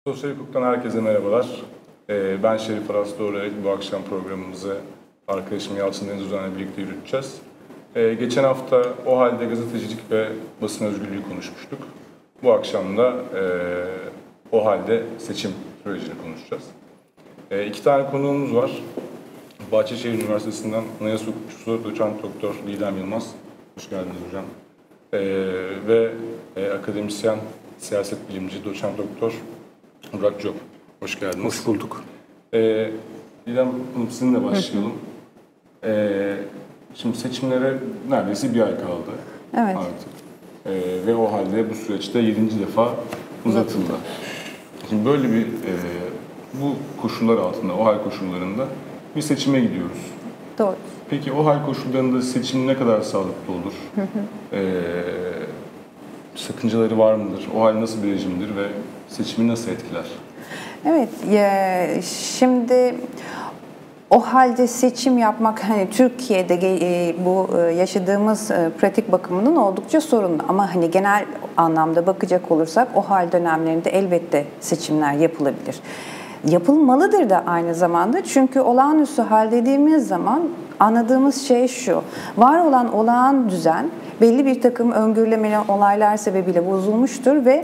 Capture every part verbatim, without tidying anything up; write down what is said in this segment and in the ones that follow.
Sosyal hukuktan herkese merhabalar. Ee, ben Şerif Aras Doğrayek. Bu akşam programımızı arkadaşım Yalçın Deniz Uzan'la birlikte yürüteceğiz. Ee, geçen hafta o halde gazetecilik ve basın özgürlüğü konuşmuştuk. Bu akşam da e, o halde seçim sürecini konuşacağız. E, iki tane konuğumuz var. Bahçeşehir Üniversitesi'nden Anayasa Hukukçusu Doçent Doktor Didem Yılmaz. Hoş geldiniz hocam. E, ve e, akademisyen, siyaset bilimci Doçent Doktor Burak Job. Hoş geldiniz. Hoş bulduk. Ee, Didem Hanım, sizinle başlayalım. Ee, şimdi seçimlere neredeyse bir ay kaldı. Evet. Artık. Ee, ve o halde bu süreçte yedinci defa uzatıldı. Şimdi böyle bir, e, bu koşullar altında, o hal koşullarında bir seçime gidiyoruz. Doğru. Peki o hal koşullarında seçim ne kadar sağlıklı olur? Hı hı. Ee, sakıncaları var mıdır? O hal nasıl bir rejimdir ve seçimi nasıl etkiler? Evet, e, şimdi o halde seçim yapmak hani Türkiye'de e, bu e, yaşadığımız e, pratik bakımından oldukça sorunlu. Ama hani genel anlamda bakacak olursak o hal dönemlerinde elbette seçimler yapılabilir. Yapılmalıdır da aynı zamanda, çünkü olağanüstü hal dediğimiz zaman anladığımız şey şu: var olan olağan düzen belli bir takım öngörülemeli olaylar sebebiyle bozulmuştur ve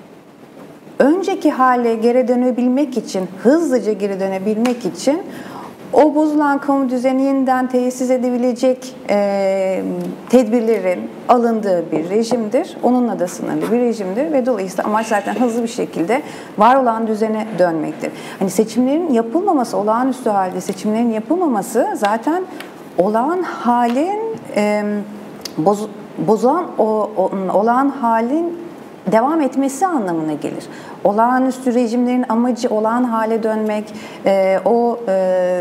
önceki hale geri dönebilmek için, hızlıca geri dönebilmek için o bozulan kamu düzeni yeniden tesis edebilecek e, tedbirlerin alındığı bir rejimdir. Onunla da sınırlı bir rejimdir ve dolayısıyla amaç zaten hızlı bir şekilde var olan düzene dönmektir. Hani seçimlerin yapılmaması, olağanüstü halde seçimlerin yapılmaması zaten olağan halin e, boz, bozulan o, o, olağan halin devam etmesi anlamına gelir. Olağanüstü rejimlerin amacı olağan hale dönmek, e, o e,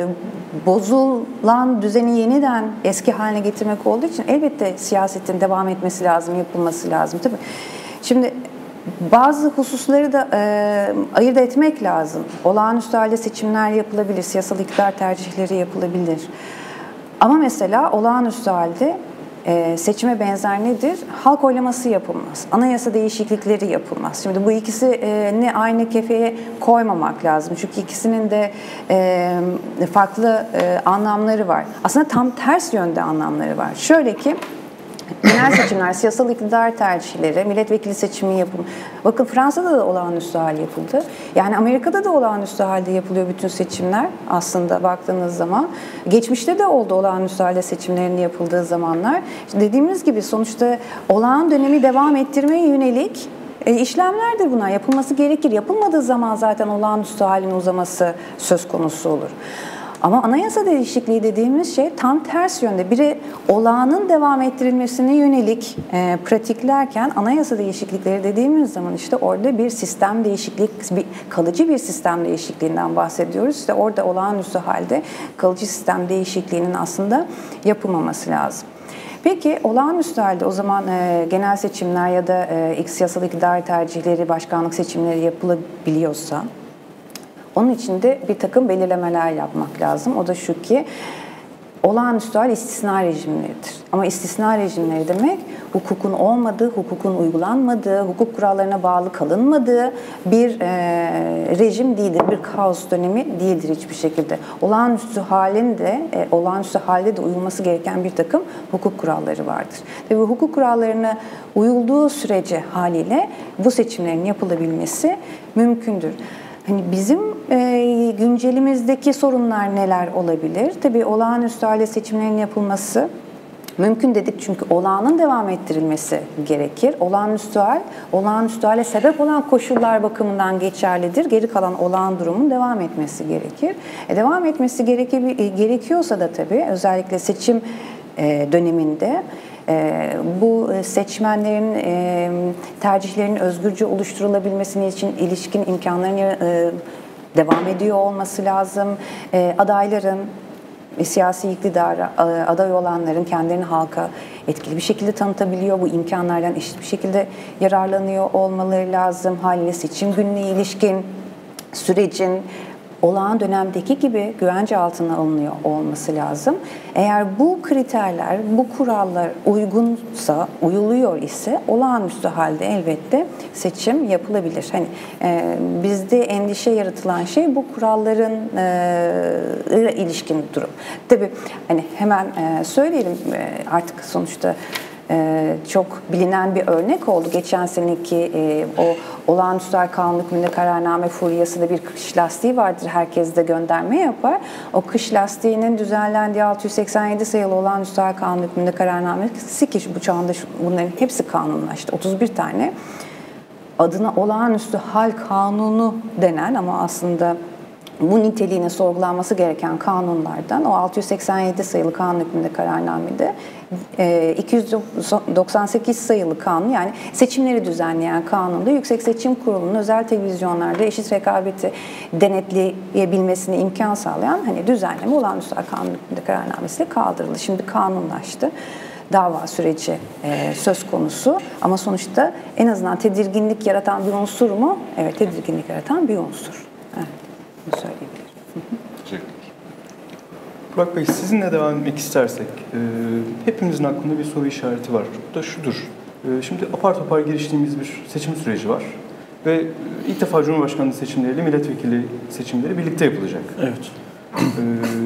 bozulan düzeni yeniden eski haline getirmek olduğu için elbette siyasetin devam etmesi lazım, yapılması lazım. Tabii. Şimdi bazı hususları da e, ayırt etmek lazım. Olağanüstü halde seçimler yapılabilir, siyasal iktidar tercihleri yapılabilir. Ama mesela olağanüstü halde Ee, seçime benzer nedir? Halk oylaması yapılmaz. Anayasa değişiklikleri yapılmaz. Şimdi bu ikisi e, ne aynı kefeye koymamak lazım. Çünkü ikisinin de e, farklı e, anlamları var. Aslında tam ters yönde anlamları var. Şöyle ki, genel seçimler, siyasal iktidar tercihleri, milletvekili seçimi yapımı. Bakın Fransa'da da olağanüstü hal yapıldı. Yani Amerika'da da olağanüstü halde yapılıyor bütün seçimler aslında baktığınız zaman. Geçmişte de oldu olağanüstü halde seçimlerin yapıldığı zamanlar. İşte dediğimiz gibi sonuçta olağan dönemi devam ettirmeye yönelik E, işlemlerdir bunlar. Yapılması gerekir. Yapılmadığı zaman zaten olağanüstü halin uzaması söz konusu olur. Ama anayasa değişikliği dediğimiz şey tam ters yönde. Biri olağanın devam ettirilmesine yönelik e, pratiklerken, anayasa değişiklikleri dediğimiz zaman işte orada bir sistem değişiklik, bir kalıcı bir sistem değişikliğinden bahsediyoruz. İşte orada olağanüstü halde kalıcı sistem değişikliğinin aslında yapılmaması lazım. Peki olağanüstü halde o zaman e, genel seçimler ya da e, ilk siyasal iktidar tercihleri, başkanlık seçimleri yapılabiliyorsa, onun için de bir takım belirlemeler yapmak lazım. O da şu ki, olağanüstü hal istisna rejimleridir. Ama istisna rejimleri demek, hukukun olmadığı, hukukun uygulanmadığı, hukuk kurallarına bağlı kalınmadığı bir e, rejim değildir. Bir kaos dönemi değildir hiçbir şekilde. Olağanüstü halin de, e, olağanüstü halde de uyulması gereken bir takım hukuk kuralları vardır. Ve bu hukuk kurallarına uyulduğu sürece haliyle bu seçimlerin yapılabilmesi mümkündür. Hani bizim e, güncelimizdeki sorunlar neler olabilir? Tabii olağanüstü hale seçimlerin yapılması mümkün dedik, çünkü olağanın devam ettirilmesi gerekir. Olağanüstü hal, olağanüstü hale sebep olan koşullar bakımından geçerlidir. Geri kalan olağan durumun devam etmesi gerekir. E, devam etmesi gereke, gerekiyorsa da tabii özellikle seçim e, döneminde E, bu seçmenlerin e, tercihlerinin özgürce oluşturulabilmesine için ilişkin imkanların e, devam ediyor olması lazım. E, adayların, e, siyasi iktidara e, aday olanların kendilerini halka etkili bir şekilde tanıtabiliyor, bu imkanlardan eşit bir şekilde yararlanıyor olmaları lazım. Haliyle seçim gününe ilişkin sürecin olağan dönemdeki gibi güvence altına alınıyor olması lazım. Eğer bu kriterler, bu kurallar uygunsa, uyuluyor ise olağanüstü halde elbette seçim yapılabilir. Hani e, bizde endişe yaratılan şey bu kuralların e, ilişkin durum. Tabii hani hemen e, söyleyelim e, artık sonuçta Ee, çok bilinen bir örnek oldu. Geçen seneki e, o olağanüstü hal kanun hükmünde kararname furyasında bir kış lastiği vardır. Herkes de gönderme yapar. O kış lastiğinin düzenlendiği altı yüz seksen yedi sayılı olağanüstü hal kanun hükmünde kararnamesi ki bu çağında bunların hepsi kanunlaştı. otuz bir tane. Adına olağanüstü hal kanunu denen ama aslında bu niteliğine sorgulanması gereken kanunlardan o altı yüz seksen yedi sayılı kanun hükmünde kararnamede iki yüz doksan sekiz sayılı kanun yani seçimleri düzenleyen kanunda Yüksek Seçim Kurulu'nun özel televizyonlarda eşit rekabeti denetleyebilmesine imkan sağlayan hani düzenleme olağanüstü kanun hükmünde kararnamesiyle kaldırıldı. Şimdi kanunlaştı. Dava süreci e, söz konusu ama sonuçta en azından tedirginlik yaratan bir unsur mu? Evet, tedirginlik yaratan bir unsur. Evet, bunu söyleyebilirim. Teşekkürler. Burak Bey, sizinle devam etmek istersek, e, hepimizin aklında bir soru işareti var. Bu da şudur. E, şimdi apar topar giriştiğimiz bir seçim süreci var. Ve ilk defa Cumhurbaşkanlığı seçimleriyle milletvekili seçimleri birlikte yapılacak. Evet. E,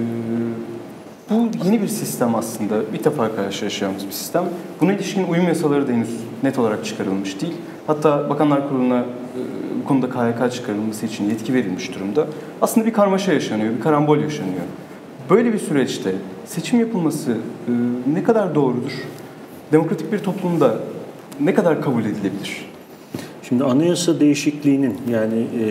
bu yeni bir sistem aslında. İlk defa karşılaşacağımız bir sistem. Buna ilişkin uyum yasaları da henüz net olarak çıkarılmış değil. Hatta Bakanlar Kurulu'na e, bu konuda K Y K çıkarılması için yetki verilmiş durumda. Aslında bir karmaşa yaşanıyor, bir karambol yaşanıyor. Böyle bir süreçte seçim yapılması e, ne kadar doğrudur? Demokratik bir toplumda ne kadar kabul edilebilir? Şimdi anayasa değişikliğinin yani e,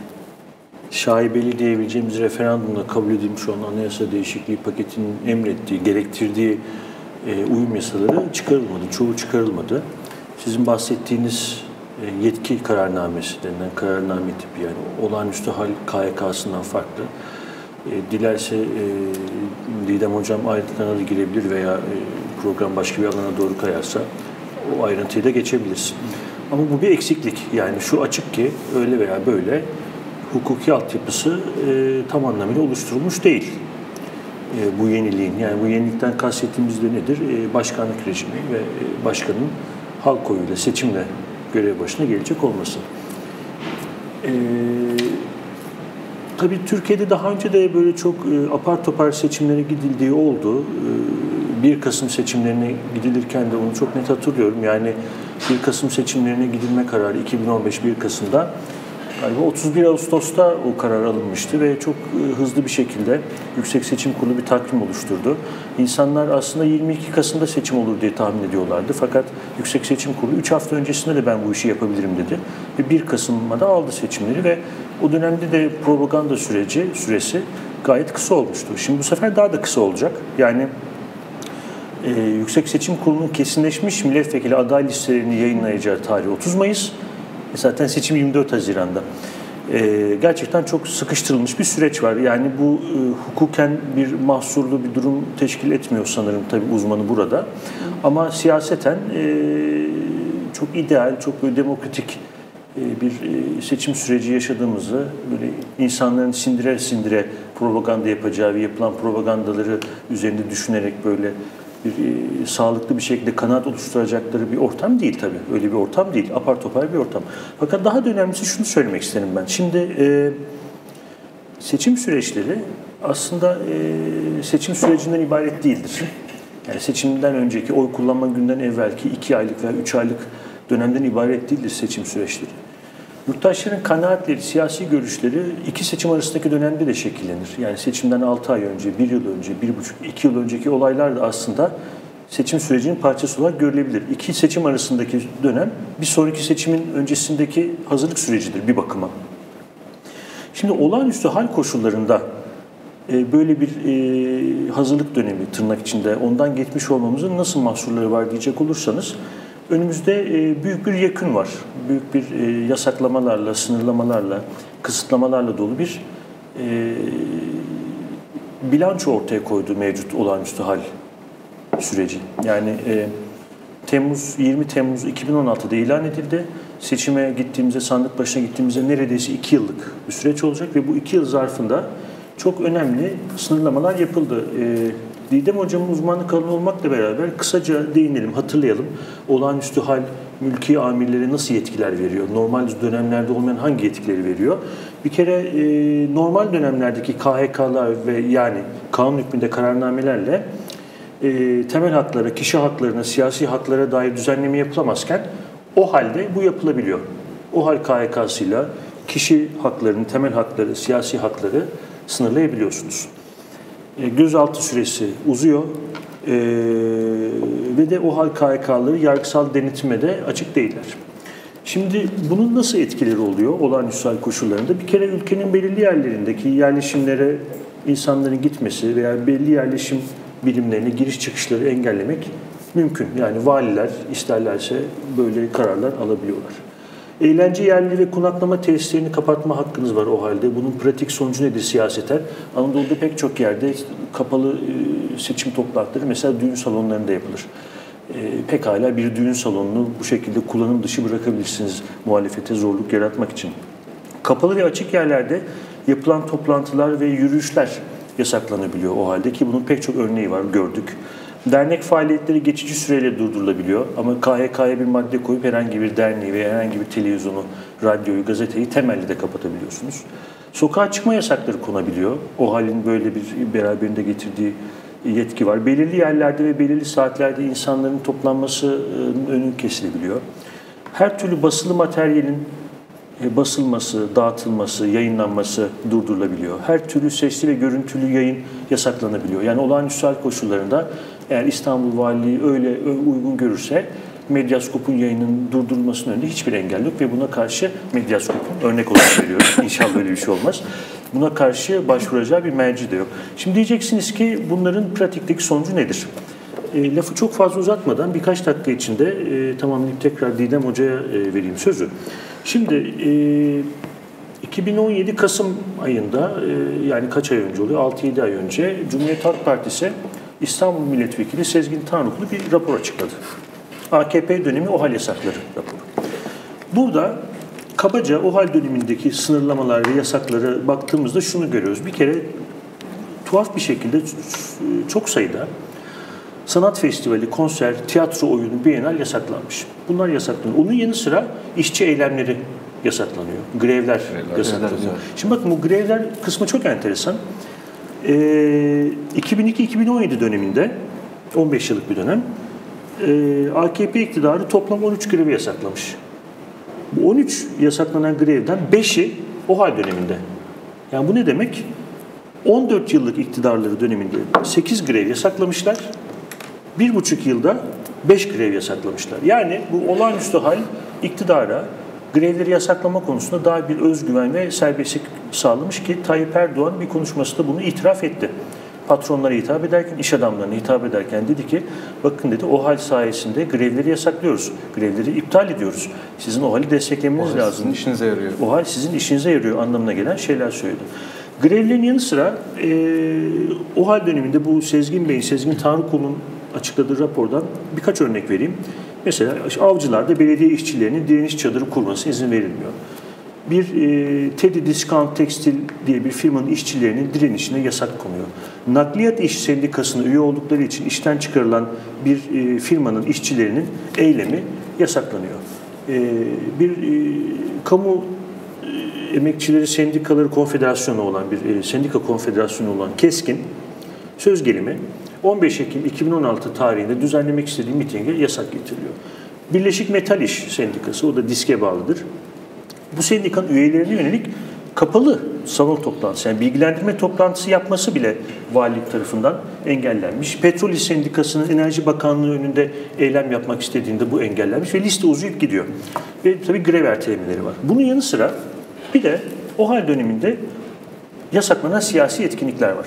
şaibeli diyebileceğimiz referandumla kabul edilmiş olan anayasa değişikliği paketinin emrettiği, gerektirdiği e, uyum yasaları çıkarılmadı. Çoğu çıkarılmadı. Sizin bahsettiğiniz e, yetki kararnamesi denilen kararname tipi yani olağanüstü hal K Y K'sından farklı. E, dilerse e, Didem Hocam ayrıntılarına da girebilir veya e, program başka bir alana doğru kayarsa o ayrıntıyı da geçebilirsin. Ama bu bir eksiklik. Yani şu açık ki öyle veya böyle hukuki altyapısı e, tam anlamıyla oluşturulmuş değil. E, bu yeniliğin, yani bu yenilikten kastettiğimiz de nedir? E, başkanlık rejimi ve e, başkanın halk oyuyla, seçimle görev başına gelecek olması. E, tabii Türkiye'de daha önce de böyle çok e, apar topar seçimlere gidildiği oldu. E, bir Kasım seçimlerine gidilirken de onu çok net hatırlıyorum. Yani bir Kasım seçimlerine gidilme kararı iki bin on beş bir Kasım'da galiba otuz bir Ağustos'ta o karar alınmıştı ve çok hızlı bir şekilde Yüksek Seçim Kurulu bir takvim oluşturdu. İnsanlar aslında yirmi iki Kasım'da seçim olur diye tahmin ediyorlardı. Fakat Yüksek Seçim Kurulu üç hafta öncesinde de ben bu işi yapabilirim dedi. Ve bir Kasım'a da aldı seçimleri ve o dönemde de propaganda süreci, süresi gayet kısa olmuştu. Şimdi bu sefer daha da kısa olacak. Yani e, Yüksek Seçim Kurulu'nun kesinleşmiş milletvekili aday listelerini yayınlayacağı tarih otuz Mayıs. Zaten seçim yirmi dört Haziran'da. Ee, gerçekten çok sıkıştırılmış bir süreç var. Yani bu e, hukuken bir mahsurlu bir durum teşkil etmiyor sanırım tabii uzmanı burada. Ama siyaseten e, çok ideal, çok böyle demokratik e, bir e, seçim süreci yaşadığımızı böyle insanların sindire sindire propaganda yapacağı ve yapılan propagandaları üzerinde düşünerek böyle bir e, sağlıklı bir şekilde kanaat oluşturacakları bir ortam değil tabii. Öyle bir ortam değil. Apar topar bir ortam. Fakat daha da önemlisi şunu söylemek isterim ben. Şimdi e, seçim süreçleri aslında e, seçim sürecinden ibaret değildir. Yani seçimden önceki, oy kullanma günden evvelki iki aylık veya üç aylık dönemden ibaret değildir seçim süreçleri. Yurttaşların kanaatleri, siyasi görüşleri iki seçim arasındaki dönemde de şekillenir. Yani seçimden altı ay önce, bir yıl önce, bir buçuk, iki yıl önceki olaylar da aslında seçim sürecinin parçası olarak görülebilir. İki seçim arasındaki dönem bir sonraki seçimin öncesindeki hazırlık sürecidir bir bakıma. Şimdi olağanüstü hal koşullarında böyle bir hazırlık dönemi tırnak içinde ondan geçmiş olmamızın nasıl mahsurları var diyecek olursanız önümüzde büyük bir yekün var. Büyük bir yasaklamalarla, sınırlamalarla, kısıtlamalarla dolu bir bilanço ortaya koyduğu mevcut olağanüstü hal süreci. Yani Temmuz yirmi Temmuz iki bin on altıda ilan edildi. seçime gittiğimizde, sandık başına gittiğimizde neredeyse iki yıllık bir süreç olacak ve bu iki yıl zarfında çok önemli sınırlamalar yapıldı. E, Didem Hocam'ın uzmanlık alanı olmakla beraber kısaca değinelim, hatırlayalım. Olağanüstü hal mülki amirlere nasıl yetkiler veriyor? Normal dönemlerde olmayan hangi yetkileri veriyor? Bir kere e, normal dönemlerdeki K H K'lar ve yani kanun hükmünde kararnamelerle e, temel haklara, kişi haklarına, siyasi haklara dair düzenleme yapılamazken o halde bu yapılabiliyor. O hal K H K'sıyla kişi haklarını, temel hakları, siyasi hakları sınırlayabiliyorsunuz. E, gözaltı süresi uzuyor e, ve de o hal K H K'ları yargısal denetime de açık değiller. Şimdi bunun nasıl etkileri oluyor olağanüstü hal koşullarında? Bir kere ülkenin belirli yerlerindeki yerleşimlere insanların gitmesi veya belli yerleşim birimlerine giriş çıkışları engellemek mümkün. Yani valiler isterlerse böyle kararlar alabiliyorlar. Eğlence yerleri ve konaklama tesislerini kapatma hakkınız var o halde. Bunun pratik sonucu nedir siyaseten? Anadolu'da pek çok yerde kapalı seçim toplantıları mesela düğün salonlarında yapılır. Pekala bir düğün salonunu bu şekilde kullanım dışı bırakabilirsiniz muhalefete zorluk yaratmak için. Kapalı ve açık yerlerde yapılan toplantılar ve yürüyüşler yasaklanabiliyor o halde ki bunun pek çok örneği var, gördük. Dernek faaliyetleri geçici süreyle durdurulabiliyor ama K H K'ya bir madde koyup herhangi bir derneği veya herhangi bir televizyonu, radyoyu, gazeteyi temelli de kapatabiliyorsunuz. Sokağa çıkma yasakları konabiliyor. O halin böyle bir beraberinde getirdiği yetki var. Belirli yerlerde ve belirli saatlerde insanların toplanmasının önü kesilebiliyor. Her türlü basılı materyalin basılması, dağıtılması, yayınlanması durdurulabiliyor. Her türlü sesli ve görüntülü yayın yasaklanabiliyor. Yani olağanüstü hal koşullarında eğer İstanbul Valiliği öyle uygun görürse Medyaskop'un yayının durdurulmasının önünde hiçbir engel yok ve buna karşı Medyaskop'un örnek olarak veriyorum. İnşallah böyle bir şey olmaz. Buna karşı başvuracağı bir merci de yok. Şimdi diyeceksiniz ki bunların pratikteki sonucu nedir? E, lafı çok fazla uzatmadan birkaç dakika içinde e, tamamlayıp tekrar Didem Hoca'ya e, vereyim sözü. Şimdi e, iki bin on yedi Kasım ayında e, yani kaç ay önce oluyor? altı yedi ay önce Cumhuriyet Halk Partisi İstanbul Milletvekili Sezgin Tanrıkulu bir rapor açıkladı. A K P dönemi OHAL yasakları raporu. Burada kabaca OHAL dönemindeki sınırlamalar ve yasaklara baktığımızda şunu görüyoruz. Bir kere tuhaf bir şekilde çok sayıda sanat festivali, konser, tiyatro oyunu, bienal yasaklanmış. Bunlar yasaklanıyor. Onun yanı sıra işçi eylemleri yasaklanıyor. Grevler Grevler, yasaklanıyor. grevler. Şimdi bakın bu grevler kısmı çok enteresan. Ee, iki bin iki iki bin on yedi döneminde, on beş yıllık bir dönem, e, A K P iktidarı toplam on üç grevi yasaklamış. Bu on üç yasaklanan grevden beşi OHAL döneminde. Yani bu ne demek? on dört yıllık iktidarları döneminde sekiz grev yasaklamışlar. Bir buçuk yılda beş grev yasaklamışlar. Yani bu olağanüstü hal iktidara grevleri yasaklama konusunda daha bir özgüven ve serbestlik sağlamış ki Tayyip Erdoğan bir konuşmasında bunu itiraf etti. Patronlara hitap ederken, iş adamlarına hitap ederken dedi ki bakın dedi o hal sayesinde grevleri yasaklıyoruz. Grevleri iptal ediyoruz. Sizin o hali desteklemeniz o lazım. Sizin işinize yarıyor. O hal sizin işinize yarıyor anlamına gelen şeyler söyledi. Grevlerin yanı sıra e, o hal döneminde bu Sezgin Bey'in, Sezgin Tanrıkulu'nun açıkladığı rapordan birkaç örnek vereyim. Mesela avcılarda belediye işçilerinin direniş çadırı kurmasına izin verilmiyor. Bir e, Teddy Discount Tekstil diye bir firmanın işçilerinin direnişine yasak konuyor. Nakliyat İş Sendikası'na üye oldukları için işten çıkarılan bir e, firmanın işçilerinin eylemi yasaklanıyor. E, bir e, kamu e, emekçileri sendikaları konfederasyonu olan bir e, sendika konfederasyonu olan KESK'in söz gelimi on beş Ekim iki bin on altı tarihinde düzenlemek istediği mitinge yasak getiriliyor. Birleşik Metal İş Sendikası, o da diske bağlıdır. Bu sendikanın üyelerine yönelik kapalı salon toplantısı, yani bilgilendirme toplantısı yapması bile valilik tarafından engellenmiş. Petrol İş Sendikası'nın Enerji Bakanlığı önünde eylem yapmak istediğinde bu engellenmiş ve liste uzayıp gidiyor. Ve tabii grev ertelemeleri var. Bunun yanı sıra bir de OHAL döneminde yasaklanan siyasi etkinlikler var.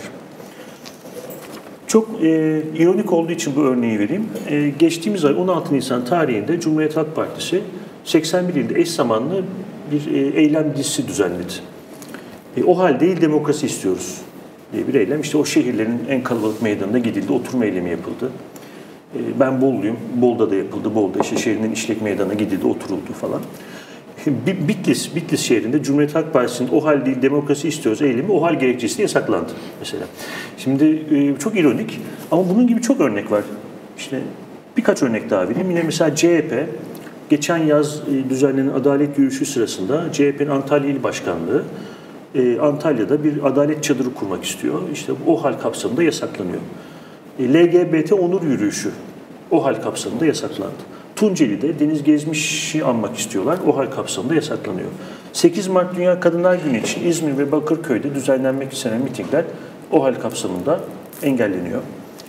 Çok e, ironik olduğu için bu örneği vereyim. E, geçtiğimiz ay on altı Nisan tarihinde Cumhuriyet Halk Partisi seksen bir ilde eş zamanlı bir e, eylem dizisi düzenledi. E, o hal değil demokrasi istiyoruz diye bir eylem. İşte o şehirlerin en kalabalık meydanına gidildi, oturma eylemi yapıldı. E, ben Bolluyum, Bol'da da yapıldı. Bol'da işte şehrin işlek meydanına gidildi, oturuldu falan. Bitlis, Bitlis şehrinde Cumhuriyet Halk Partisi'nin OHAL değil demokrasi istiyoruz eylemi OHAL gerekçesiyle yasaklandı mesela. Şimdi çok ironik ama bunun gibi çok örnek var. İşte birkaç örnek daha vereyim. Yine mesela C H P geçen yaz düzenlenen adalet yürüyüşü sırasında C H P'nin Antalya İl Başkanlığı Antalya'da bir adalet çadırı kurmak istiyor. İşte OHAL kapsamında yasaklanıyor. L G B T onur yürüyüşü OHAL kapsamında yasaklandı. Tunceli'de Deniz Gezmiş'i anmak istiyorlar. OHAL kapsamında yasaklanıyor. sekiz Mart Dünya Kadınlar Günü için İzmir ve Bakırköy'de düzenlenmek istenen mitingler OHAL kapsamında engelleniyor.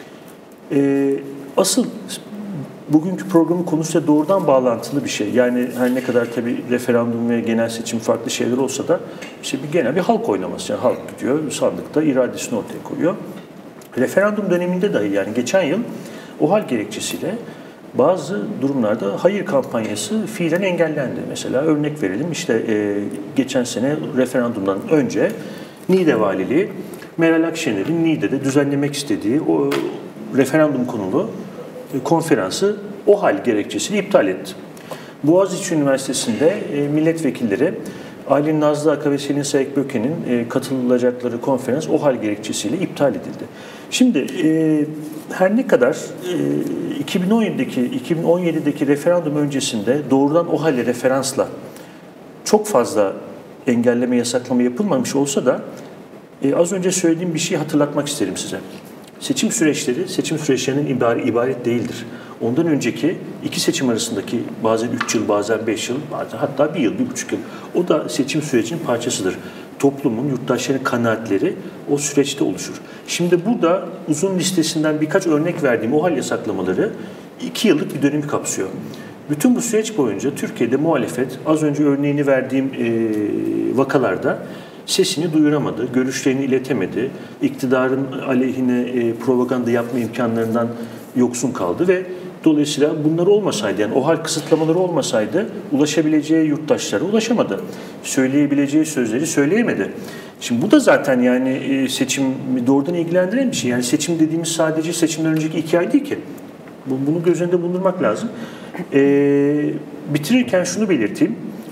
Ee, asıl bugünkü programın konusuyla doğrudan bağlantılı bir şey. Yani her ne kadar tabii referandum ve genel seçim farklı şeyler olsa da işte bir genel bir halk oylaması. Yani halk gidiyor sandıkta iradesini ortaya koyuyor. Referandum döneminde dahi yani geçen yıl OHAL gerekçesiyle bazı durumlarda hayır kampanyası fiilen engellendi. Mesela örnek verelim işte e, geçen sene referandumdan önce Niğde Valiliği Meral Akşener'in Niğde'de düzenlemek istediği o referandum konulu e, konferansı OHAL gerekçesiyle iptal etti. Boğaziçi Üniversitesi'nde e, milletvekilleri Aylin Nazlı Aka ve Selin Sayık Böke'nin e, katılacakları konferans OHAL gerekçesiyle iptal edildi. Şimdi e, her ne kadar e, iki bin on yedideki iki bin on yedideki referandum öncesinde doğrudan OHAL'e referansla çok fazla engelleme, yasaklama yapılmamış olsa da e, az önce söylediğim bir şeyi hatırlatmak isterim size. Seçim süreçleri, seçim süreçlerinin ibaret, ibaret değildir. Ondan önceki iki seçim arasındaki bazen üç yıl, bazen beş yıl, bazen hatta bir yıl, bir buçuk yıl. O da seçim sürecinin parçasıdır. Toplumun, yurttaşların kanaatleri o süreçte oluşur. Şimdi burada uzun listesinden birkaç örnek verdiğim OHAL yasaklamaları iki yıllık bir dönemi kapsıyor. Bütün bu süreç boyunca Türkiye'de muhalefet, az önce örneğini verdiğim e, vakalarda sesini duyuramadı, görüşlerini iletemedi, iktidarın aleyhine e, propaganda yapma imkanlarından yoksun kaldı ve dolayısıyla bunlar olmasaydı, yani OHAL kısıtlamaları olmasaydı ulaşabileceği yurttaşlara ulaşamadı. Söyleyebileceği sözleri söyleyemedi. Şimdi bu da zaten yani seçim doğrudan ilgilendiren bir şey. Yani seçim dediğimiz sadece seçimden önceki iki ay değil ki. Bunu göz önünde bulundurmak lazım. Ee, bitirirken şunu belirteyim.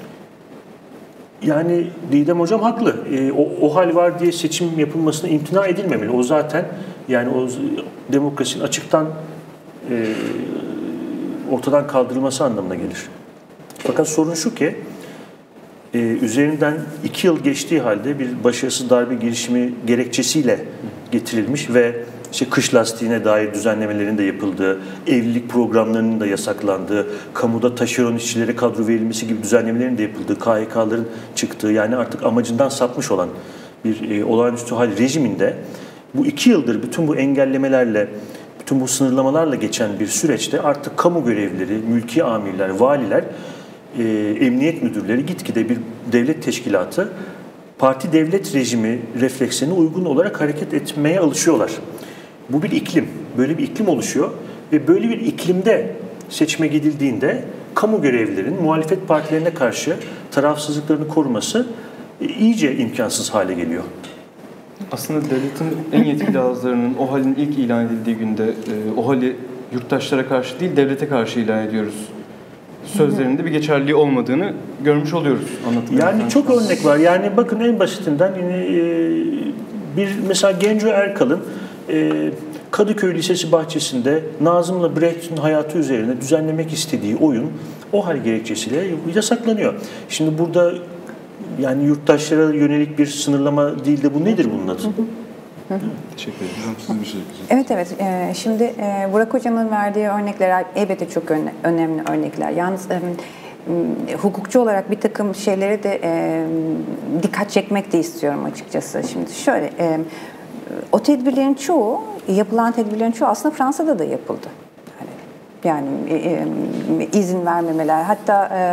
Yani Didem Hocam haklı. Ee, o, OHAL var diye seçim yapılmasına imtina edilmemeli. O zaten yani o demokrasinin açıktan e, ortadan kaldırılması anlamına gelir. Fakat sorun şu ki e, üzerinden iki yıl geçtiği halde bir başarısız darbe girişimi gerekçesiyle getirilmiş ve işte kış lastiğine dair düzenlemelerin de yapıldığı, evlilik programlarının da yasaklandığı, kamuda taşeron işçilere kadro verilmesi gibi düzenlemelerin de yapıldığı, K H K'ların çıktığı, yani artık amacından sapmış olan bir e, olağanüstü hal rejiminde bu iki yıldır bütün bu engellemelerle, bütün bu sınırlamalarla geçen bir süreçte artık kamu görevlileri, mülki amirler, valiler, e, emniyet müdürleri gitgide bir devlet teşkilatı parti devlet rejimi reflekslerine uygun olarak hareket etmeye alışıyorlar. Bu bir iklim, böyle bir iklim oluşuyor ve böyle bir iklimde seçime gidildiğinde kamu görevlilerinin muhalefet partilerine karşı tarafsızlıklarını koruması e, iyice imkansız hale geliyor. Aslında devletin en yetkili ağızlarının OHAL'in ilk ilan edildiği günde e, OHAL'i yurttaşlara karşı değil devlete karşı ilan ediyoruz sözlerinde bir geçerliliği olmadığını görmüş oluyoruz. Yani çok örnek var. Yani bakın en basitinden yine e, bir mesela Genco Erkal'ın e, Kadıköy Lisesi bahçesinde Nazım'la Brecht'in hayatı üzerine düzenlemek istediği oyun OHAL gerekçesiyle yasaklanıyor. Şimdi burada yani yurttaşlara yönelik bir sınırlama değil de bu nedir bunun adı? Hı hı. Hı hı. Teşekkür ederim. Siz bir şey diyeceksiniz. Evet evet. Ee, şimdi e, Burak Hocam'ın verdiği örnekler elbette çok öne, önemli örnekler. Yalnız e, hukukçu olarak bir takım şeylere de e, dikkat çekmek de istiyorum açıkçası. Şimdi şöyle, e, o tedbirlerin çoğu, yapılan tedbirlerin çoğu aslında Fransa'da da yapıldı. Yani, yani e, e, izin vermemeler, hatta e,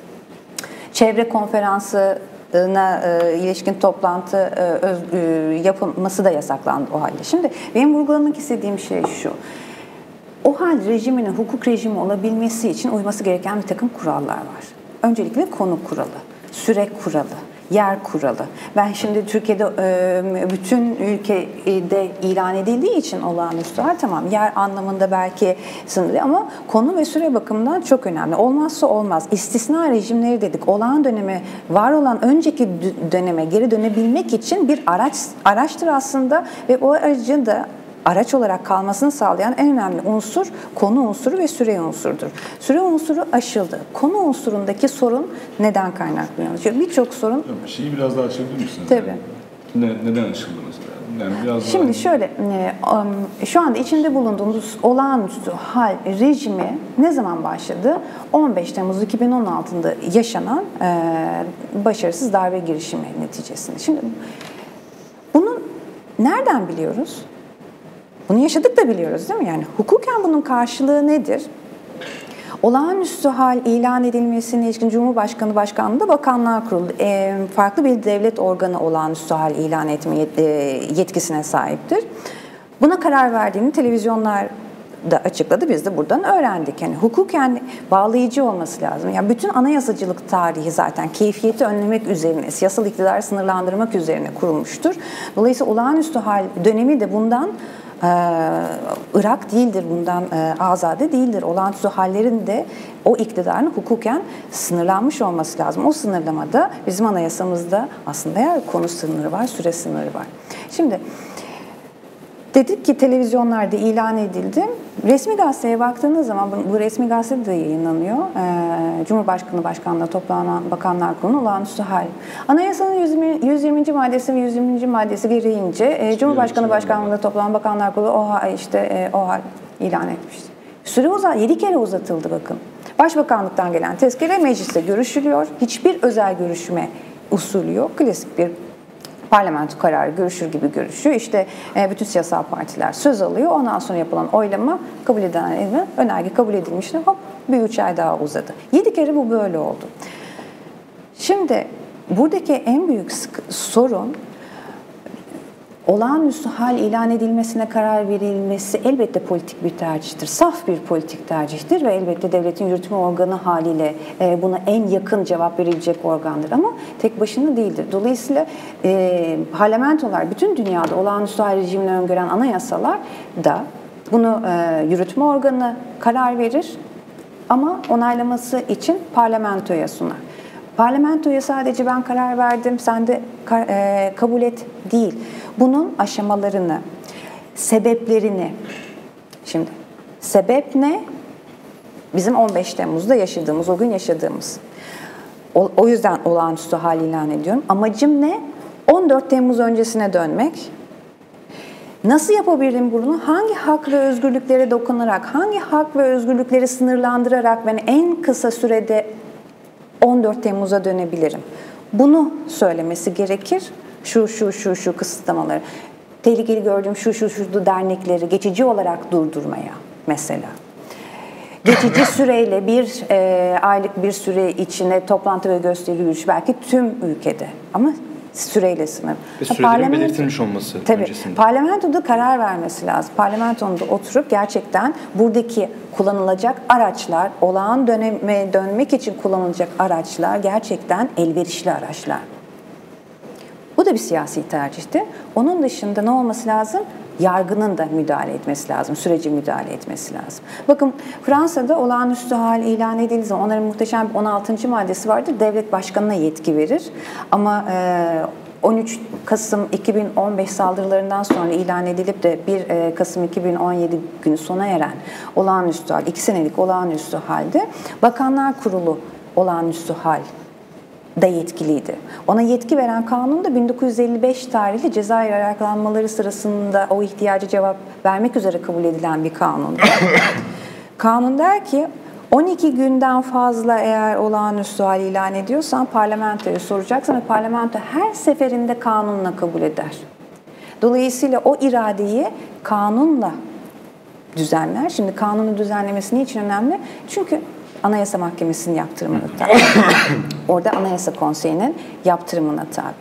çevre konferansı na e, ilişkin toplantı e, öz, e, yapılması da yasaklandı o halde. Şimdi benim vurgulamak istediğim şey şu. OHAL rejiminin hukuk rejimi olabilmesi için uyması gereken bir takım kurallar var. Öncelikle konuk kuralı, süre kuralı, yer kuralı. Ben şimdi Türkiye'de e, bütün ülkede ilan edildiği için olağanüstü hal, tamam yer anlamında belki sınırlı ama konu ve süre bakımından çok önemli. Olmazsa olmaz. İstisna rejimleri dedik. Olağan döneme, var olan önceki döneme geri dönebilmek için bir araç araçtır aslında ve o aracın da araç olarak kalmasını sağlayan en önemli unsur konu unsuru ve süre unsurudur. Süre unsuru aşıldı. Konu unsurundaki sorun neden kaynaklanıyor? Birçok sorun... Şeyi biraz daha açabilir misiniz? Tabii. Ne, neden aşıldı mesela? Yani biraz Şimdi daha... şöyle, şu anda içinde bulunduğumuz olağanüstü hal rejimi ne zaman başladı? on beş Temmuz iki bin on altı'da yaşanan başarısız darbe girişimi neticesinde. Şimdi bunu nereden biliyoruz? Bunu yaşadık da biliyoruz değil mi? Yani hukuken bunun karşılığı nedir? Olağanüstü hal ilan edilmesine ilişkin Cumhurbaşkanı Başkanlığı'nda Bakanlar Kurulu e, farklı bir devlet organı olağanüstü hal ilan etme yetkisine sahiptir. Buna karar verdiğini televizyonlar da açıkladı. Biz de buradan öğrendik. Yani hukuken bağlayıcı olması lazım. Yani bütün anayasacılık tarihi zaten keyfiyeti önlemek üzerine, siyasal iktidarı sınırlandırmak üzerine kurulmuştur. Dolayısıyla olağanüstü hal dönemi de bundan Irak değildir, bundan azade değildir. Olağanüstü hallerin de o iktidarın hukuken sınırlanmış olması lazım. O sınırlamada bizim anayasamızda aslında ya konu sınırı var, süre sınırı var. Şimdi dedik ki televizyonlarda ilan edildi. Resmi gazeteye baktığınız zaman, bu resmi gazetede de yayınlanıyor. Ee, Cumhurbaşkanı Başkanlığı'na toplanan Bakanlar Kurulu olağanüstü hal. Anayasanın yüz yirminci maddesi ve yüz yirminci maddesi gereğince e, Cumhurbaşkanı Başkanlığı'nda toplanan Bakanlar Kurulu o hal, işte e, o hal ilan etmişti. Süre uzat, yedi kere uzatıldı bakın. Başbakanlıktan gelen tezkere mecliste görüşülüyor. Hiçbir özel görüşme usulü yok. Klasik bir parlamento kararı görüşür gibi görüşüyor. İşte e, bütün siyasal partiler söz alıyor. Ondan sonra yapılan oylama kabul edilen önerge kabul edilmişti. Hop bir üç ay daha uzadı. Yedi kere bu böyle oldu. Şimdi buradaki en büyük sıkı, sorun olağanüstü hal ilan edilmesine karar verilmesi elbette politik bir tercihtir. Saf bir politik tercihtir ve elbette devletin yürütme organı haliyle e, buna en yakın cevap verilecek organdır ama tek başına değildir. Dolayısıyla e, parlamentolar bütün dünyada olağanüstü hal rejimini öngören anayasalar da bunu e, yürütme organı karar verir ama onaylaması için parlamentoya sunar. Parlamentoya sadece ben karar verdim, sen de e, kabul et değil. Bunun aşamalarını, sebeplerini, şimdi sebep ne? Bizim on beş Temmuz'da yaşadığımız, o gün yaşadığımız. O, o yüzden olağanüstü hal ilan ediyorum. Amacım ne? on dört Temmuz öncesine dönmek. Nasıl yapabilirim bunu? Hangi hak ve özgürlüklere dokunarak, hangi hak ve özgürlükleri sınırlandırarak ben en kısa sürede on dört Temmuz'a dönebilirim? Bunu söylemesi gerekir. Şu şu şu şu kısıtlamaları. Tehlikeli gördüğüm şu şu şu dernekleri geçici olarak durdurmaya mesela. Geçici süreyle bir e, aylık bir süre içine toplantı ve gösteri yürüyüş belki tüm ülkede ama süreyle sınır. Ve sürelerin belirtilmiş olması tabii, öncesinde. Parlamentoda karar vermesi lazım. Parlamentonda oturup gerçekten buradaki kullanılacak araçlar, olağan döneme dönmek için kullanılacak araçlar gerçekten elverişli araçlar. Bu da bir siyasi tercihti. Onun dışında ne olması lazım? Yargının da müdahale etmesi lazım, sürece müdahale etmesi lazım. Bakın Fransa'da olağanüstü hal ilan edildiği zaman onların muhteşem bir on altıncı maddesi vardır. Devlet başkanına yetki verir. Ama on üç Kasım iki bin on beş saldırılarından sonra ilan edilip de bir Kasım iki bin on yedi günü sona eren olağanüstü hal, iki senelik olağanüstü halde Bakanlar Kurulu olağanüstü hal da yetkiliydi. Ona yetki veren kanun da bin dokuz yüz elli beş tarihli Cezayir ayaklanmaları sırasında o ihtiyacı cevap vermek üzere kabul edilen bir kanun. Kanun der ki on iki günden fazla eğer olağanüstü hal ilan ediyorsan parlamentoya soracaksın ve parlamento her seferinde kanunla kabul eder. Dolayısıyla o iradeyi kanunla düzenler. Şimdi kanunu düzenlemesi niçin önemli? Çünkü Anayasa Mahkemesi'nin yaptırımına tabi. Orada Anayasa Konseyi'nin yaptırımına tabi.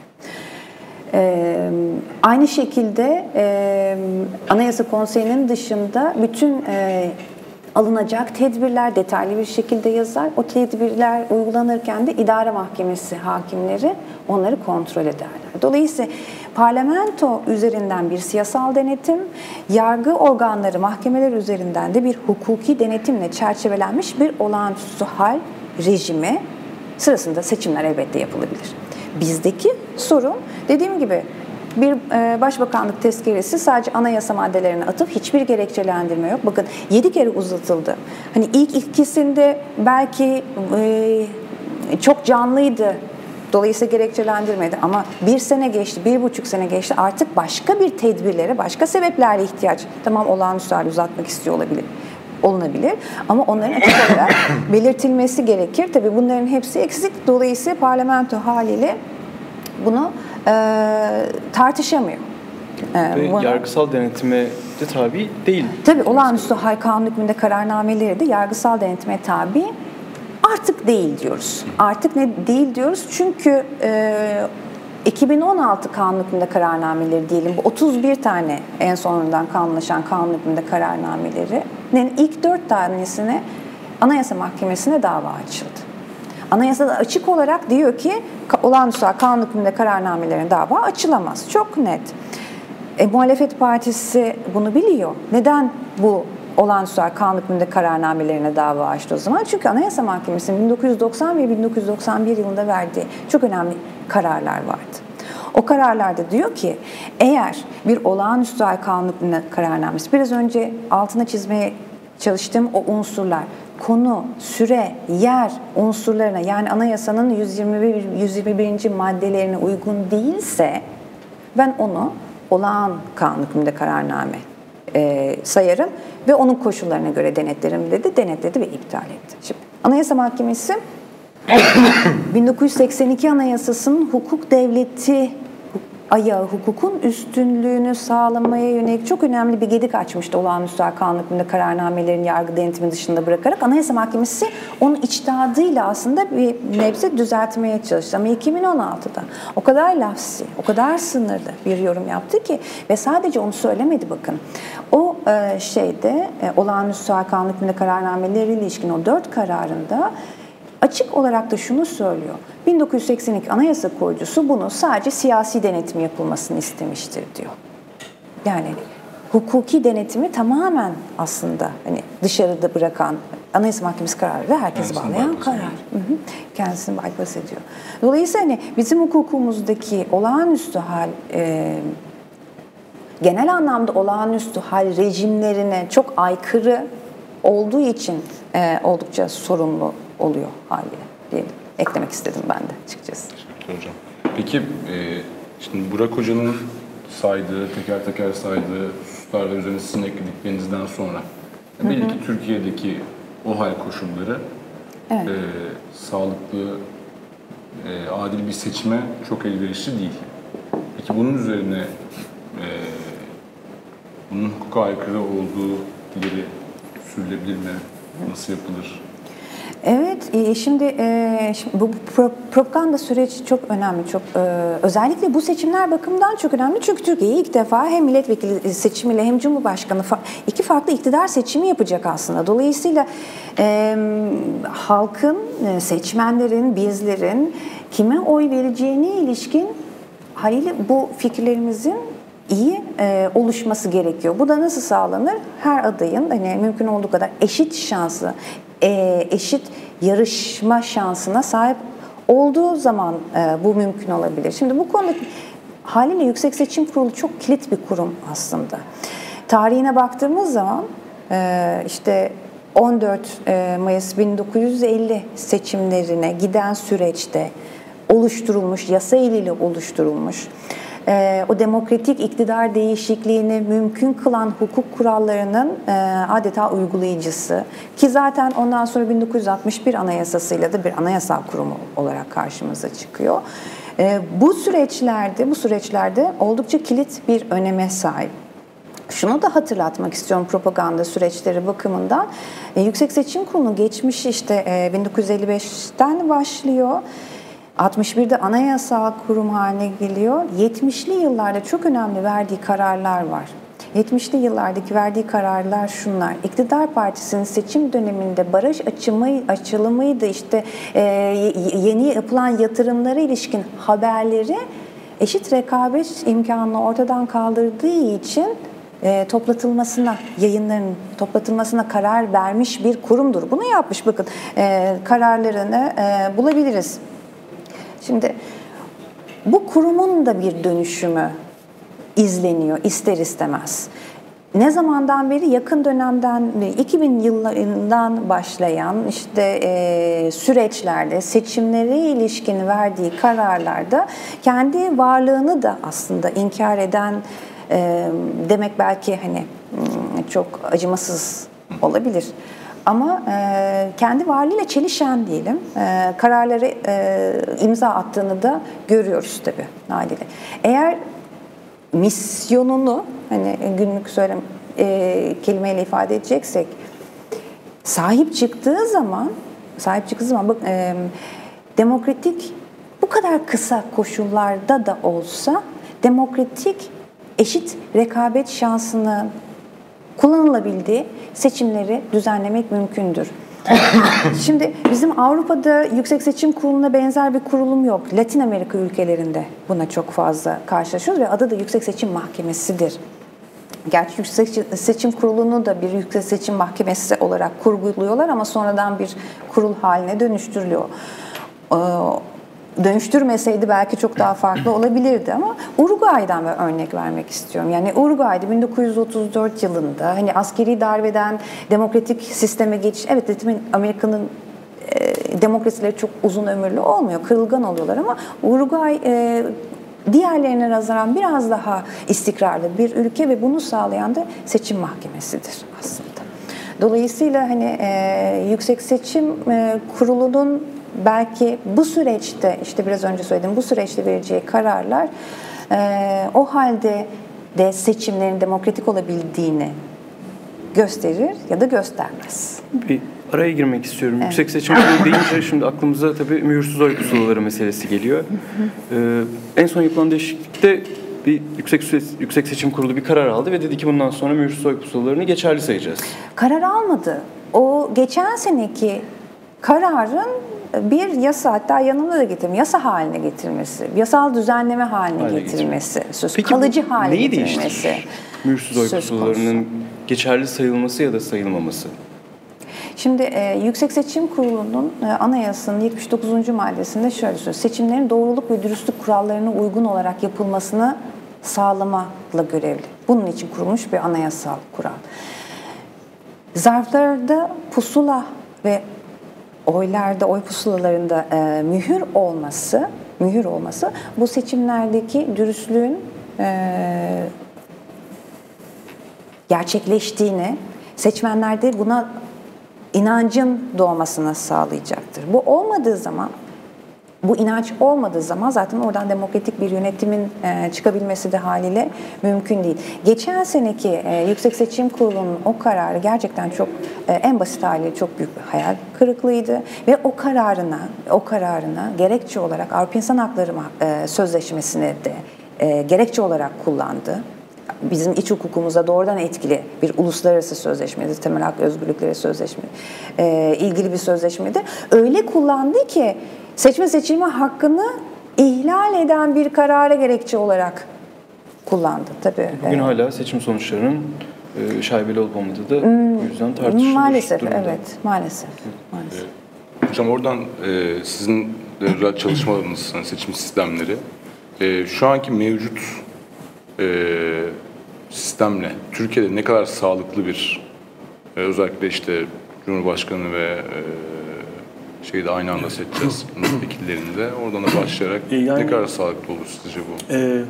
Ee, aynı şekilde e, Anayasa Konseyi'nin dışında bütün e, alınacak tedbirler detaylı bir şekilde yazar. O tedbirler uygulanırken de idare mahkemesi hakimleri onları kontrol ederler. Dolayısıyla parlamento üzerinden bir siyasal denetim, yargı organları, mahkemeler üzerinden de bir hukuki denetimle çerçevelenmiş bir olağanüstü hal rejimi sırasında seçimler elbette yapılabilir. Bizdeki sorun dediğim gibi bir e, başbakanlık tezkeresi sadece anayasa maddelerine atıp hiçbir gerekçelendirme yok. Bakın yedi kere uzatıldı. Hani ilk ikisinde belki e, çok canlıydı. Dolayısıyla gerekçelendirmedi ama bir sene geçti, bir buçuk sene geçti. Artık başka bir tedbirlere, başka sebeplerle ihtiyaç. Tamam olağanüstü hali uzatmak istiyor olabilir. olunabilir ama onların açık olarak belirtilmesi gerekir. Tabii bunların hepsi eksik. Dolayısıyla parlamento haliyle bunu e, tartışamıyor. E, Ve bunu, yargısal denetime de tabi değil. Tabii olağanüstü hal kanun hükmünde kararnameleri de yargısal denetime tabi artık değil diyoruz. Artık ne değil diyoruz? Çünkü e, iki bin on altı kanun hükmünde kararnameleri diyelim. Bu otuz bir tane en sonundan kanunlaşan kanun hükmünde kararnamelerinin ilk dört tanesine Anayasa Mahkemesi'ne dava açıldı. Anayasada açık olarak diyor ki olağanüstü kanun hükmünde kararnamelerine dava açılamaz. Çok net. E, muhalefet partisi bunu biliyor. Neden bu olağanüstü kanun hükmünde kararnamelerine dava açtı o zaman? Çünkü Anayasa Mahkemesi'nin bin dokuz yüz doksan ve bin dokuz yüz doksan bir yılında verdiği çok önemli kararlar vardı. O kararlarda diyor ki eğer bir olağanüstü kanun hükmünde kararnamesi, biraz önce altına çizmeye çalıştığım o unsurlar, konu, süre, yer unsurlarına yani anayasanın yüz yirmi bir, yüz yirmi birinci maddelerine uygun değilse ben onu olağan kanun hükmünde kararname e, sayarım ve onun koşullarına göre denetlerim dedi, denetledi ve iptal etti. Şimdi Anayasa Mahkemesi bin dokuz yüz seksen iki Anayasası'nın hukuk devleti ayağı, hukukun üstünlüğünü sağlamaya yönelik çok önemli bir gedik açmıştı olağanüstü kanun hükmünde kararnamelerin yargı denetimi dışında bırakarak. Anayasa Mahkemesi onun içtihadıyla aslında bir nebze düzeltmeye çalıştı. Ama iki bin on altıda o kadar lafsi, o kadar sınırlı bir yorum yaptı ki ve sadece onu söylemedi bakın. O e, şeyde e, olağanüstü kanun hükmünde kararnameleri ilişkin o dört kararında açık olarak da şunu söylüyor. bin dokuz yüz seksen iki Anayasa koyucusu bunu sadece siyasi denetim yapılmasını istemiştir diyor. Yani hukuki denetimi tamamen aslında hani dışarıda bırakan Anayasa Mahkemesi kararı ve herkesi Kendisini bağlayan bypass karar. Hı hı. Kendisini bypass ediyor. Dolayısıyla hani bizim hukukumuzdaki olağanüstü hal e, genel anlamda olağanüstü hal rejimlerine çok aykırı olduğu için e, oldukça sorunlu oluyor haliyle diye eklemek istedim ben de açıkçası. Teşekkür hocam. Peki e, şimdi Burak Hoca'nın saydığı, teker teker saydığı hususlar ve üzerine sizin eklediklerinizden sonra hı hı. belli ki Türkiye'deki o hal koşulları evet. e, sağlıklı, e, adil bir seçime çok elverişli değil. Peki bunun üzerine e, bunun hukuka aykırı olduğu ileri sürülebilir mi? Nasıl yapılır? Evet, şimdi, e, şimdi bu propaganda süreci çok önemli, çok e, özellikle bu seçimler bakımından çok önemli çünkü Türkiye ilk defa hem milletvekili seçimiyle hem cumhurbaşkanı iki farklı iktidar seçimi yapacak aslında. Dolayısıyla e, halkın, seçmenlerin, bizlerin kime oy vereceğine ilişkin haliyle bu fikirlerimizin iyi e, oluşması gerekiyor. Bu da nasıl sağlanır? Her adayın hani mümkün olduğu kadar eşit şansı, e, eşit yarışma şansına sahip olduğu zaman e, bu mümkün olabilir. Şimdi bu konuda haliyle Yüksek Seçim Kurulu çok kilit bir kurum aslında. Tarihine baktığımız zaman e, işte on dört Mayıs bin dokuz yüz elli seçimlerine giden süreçte oluşturulmuş, yasa eliyle oluşturulmuş, Ee, o demokratik iktidar değişikliğini mümkün kılan hukuk kurallarının e, adeta uygulayıcısı ki zaten ondan sonra bin dokuz yüz altmış bir Anayasasıyla da bir anayasal kurumu olarak karşımıza çıkıyor. E, bu süreçlerde, bu süreçlerde oldukça kilit bir öneme sahip. Şunu da hatırlatmak istiyorum propaganda süreçleri bakımından. E, Yüksek Seçim Kurulu'nun geçmişi işte e, bin dokuz yüz elli beşten başlıyor. altmış birde anayasal kurum haline geliyor. yetmişli yıllarda çok önemli verdiği kararlar var. yetmişli yıllardaki verdiği kararlar şunlar. İktidar partisinin seçim döneminde baraj açımı, açılımıydı, işte e, yeni yapılan yatırımlara ilişkin haberleri eşit rekabet imkanını ortadan kaldırdığı için e, toplatılmasına, yayınların toplatılmasına karar vermiş bir kurumdur. Bunu yapmış, bakın e, kararlarını e, bulabiliriz. Şimdi bu kurumun da bir dönüşümü izleniyor ister istemez. Ne zamandan beri? Yakın dönemden, iki bin yıllarından başlayan işte e, süreçlerde, seçimlere ilişkin verdiği kararlarda kendi varlığını da aslında inkar eden e, demek belki hani çok acımasız olabilir. Ama e, kendi varlığıyla çelişen diyelim e, kararları e, imza attığını da görüyoruz tabii haliyle. Eğer misyonunu hani günlük söylem e, kelimeyle ifade edeceksek sahip çıktığı zaman sahip çıktığı zaman bak, e, demokratik bu kadar kısa koşullarda da olsa demokratik eşit rekabet şansını kullanılabildiği seçimleri düzenlemek mümkündür. Şimdi bizim Avrupa'da Yüksek Seçim Kurulu'na benzer bir kurulum yok. Latin Amerika ülkelerinde buna çok fazla karşılaşıyoruz ve adı da Yüksek Seçim Mahkemesi'dir. Gerçi Yüksek Seçim Kurulu'nu da bir Yüksek Seçim Mahkemesi olarak kurguluyorlar ama sonradan bir kurul haline dönüştürülüyor. Dönüştürmeseydi belki çok daha farklı olabilirdi ama Uruguay'dan bir örnek vermek istiyorum. Yani Uruguay'da bin dokuz yüz otuz dört yılında hani askeri darbeden demokratik sisteme geçiş, evet Latin Amerika'nın e, demokrasileri çok uzun ömürlü olmuyor, kırılgan oluyorlar ama Uruguay e, diğerlerine nazaran biraz daha istikrarlı bir ülke ve bunu sağlayan da seçim mahkemesidir aslında. Dolayısıyla hani e, Yüksek Seçim e, Kurulu'nun belki bu süreçte, işte biraz önce söyledim, bu süreçte vereceği kararlar e, o halde de seçimlerin demokratik olabildiğini gösterir ya da göstermez. Bir araya girmek istiyorum. Evet. Yüksek Seçim Kurulu deyince şimdi aklımıza tabii mühürsüz oy pusulaları meselesi geliyor. Ee, en son yapılan değişiklikte bir yüksek, yüksek Seçim Kurulu bir karar aldı ve dedi ki bundan sonra mühürsüz oy pusulalarını geçerli sayacağız. Karar almadı. O geçen seneki kararın bir yasa, hatta yanında da getirme, yasa haline getirmesi, yasal düzenleme haline, haline getirilmesi, söz Peki, kalıcı hale neyi getirilmesi. Değiştirir? Mühürsüz oy pusulalarının geçerli sayılması ya da sayılmaması. Şimdi e, Yüksek Seçim Kurulu'nun e, anayasanın yetmiş dokuzuncu maddesinde şöyle söylüyor. Seçimlerin doğruluk ve dürüstlük kurallarına uygun olarak yapılmasını sağlamakla görevli. Bunun için kurulmuş bir anayasal kural. Zarflarda pusula ve oylarda, oy pusulalarında e, mühür olması, mühür olması bu seçimlerdeki dürüstlüğün e, gerçekleştiğini, seçmenlerde buna inancın doğmasını sağlayacaktır. Bu olmadığı zaman, bu inanç olmadığı zaman zaten oradan demokratik bir yönetimin e, çıkabilmesi de haliyle mümkün değil. Geçen seneki e, Yüksek Seçim Kurulu'nun o kararı gerçekten çok e, en basit haliyle çok büyük bir hayal kırıklığıydı ve o kararına, o kararına gerekçe olarak Avrupa İnsan Hakları e, Sözleşmesi'ni de e, gerekçe olarak kullandı. Bizim iç hukukumuza doğrudan etkili bir uluslararası sözleşmedi, temel hak özgürlükleri sözleşme e, ilgili bir sözleşmedi. Öyle kullandı ki seçme seçilme hakkını ihlal eden bir karara gerekçe olarak kullandı. Tabii. Bugün evet. hala seçim sonuçlarının e, şaibeli olup olmadığı da hmm, bu yüzden tartışılıyor. Maalesef, durumda. evet. Maalesef. maalesef. Ee, hocam oradan e, sizin de özel çalışmalarınız, hani seçim sistemleri, e, şu anki mevcut e, sistemle Türkiye'de ne kadar sağlıklı bir, e, özellikle işte Cumhurbaşkanı ve e, şeyi de aynı anda seçeceğiz milletvekillerini de. Oradan da başlayarak e yani, ne kadar sağlıklı olur sizce bu? E,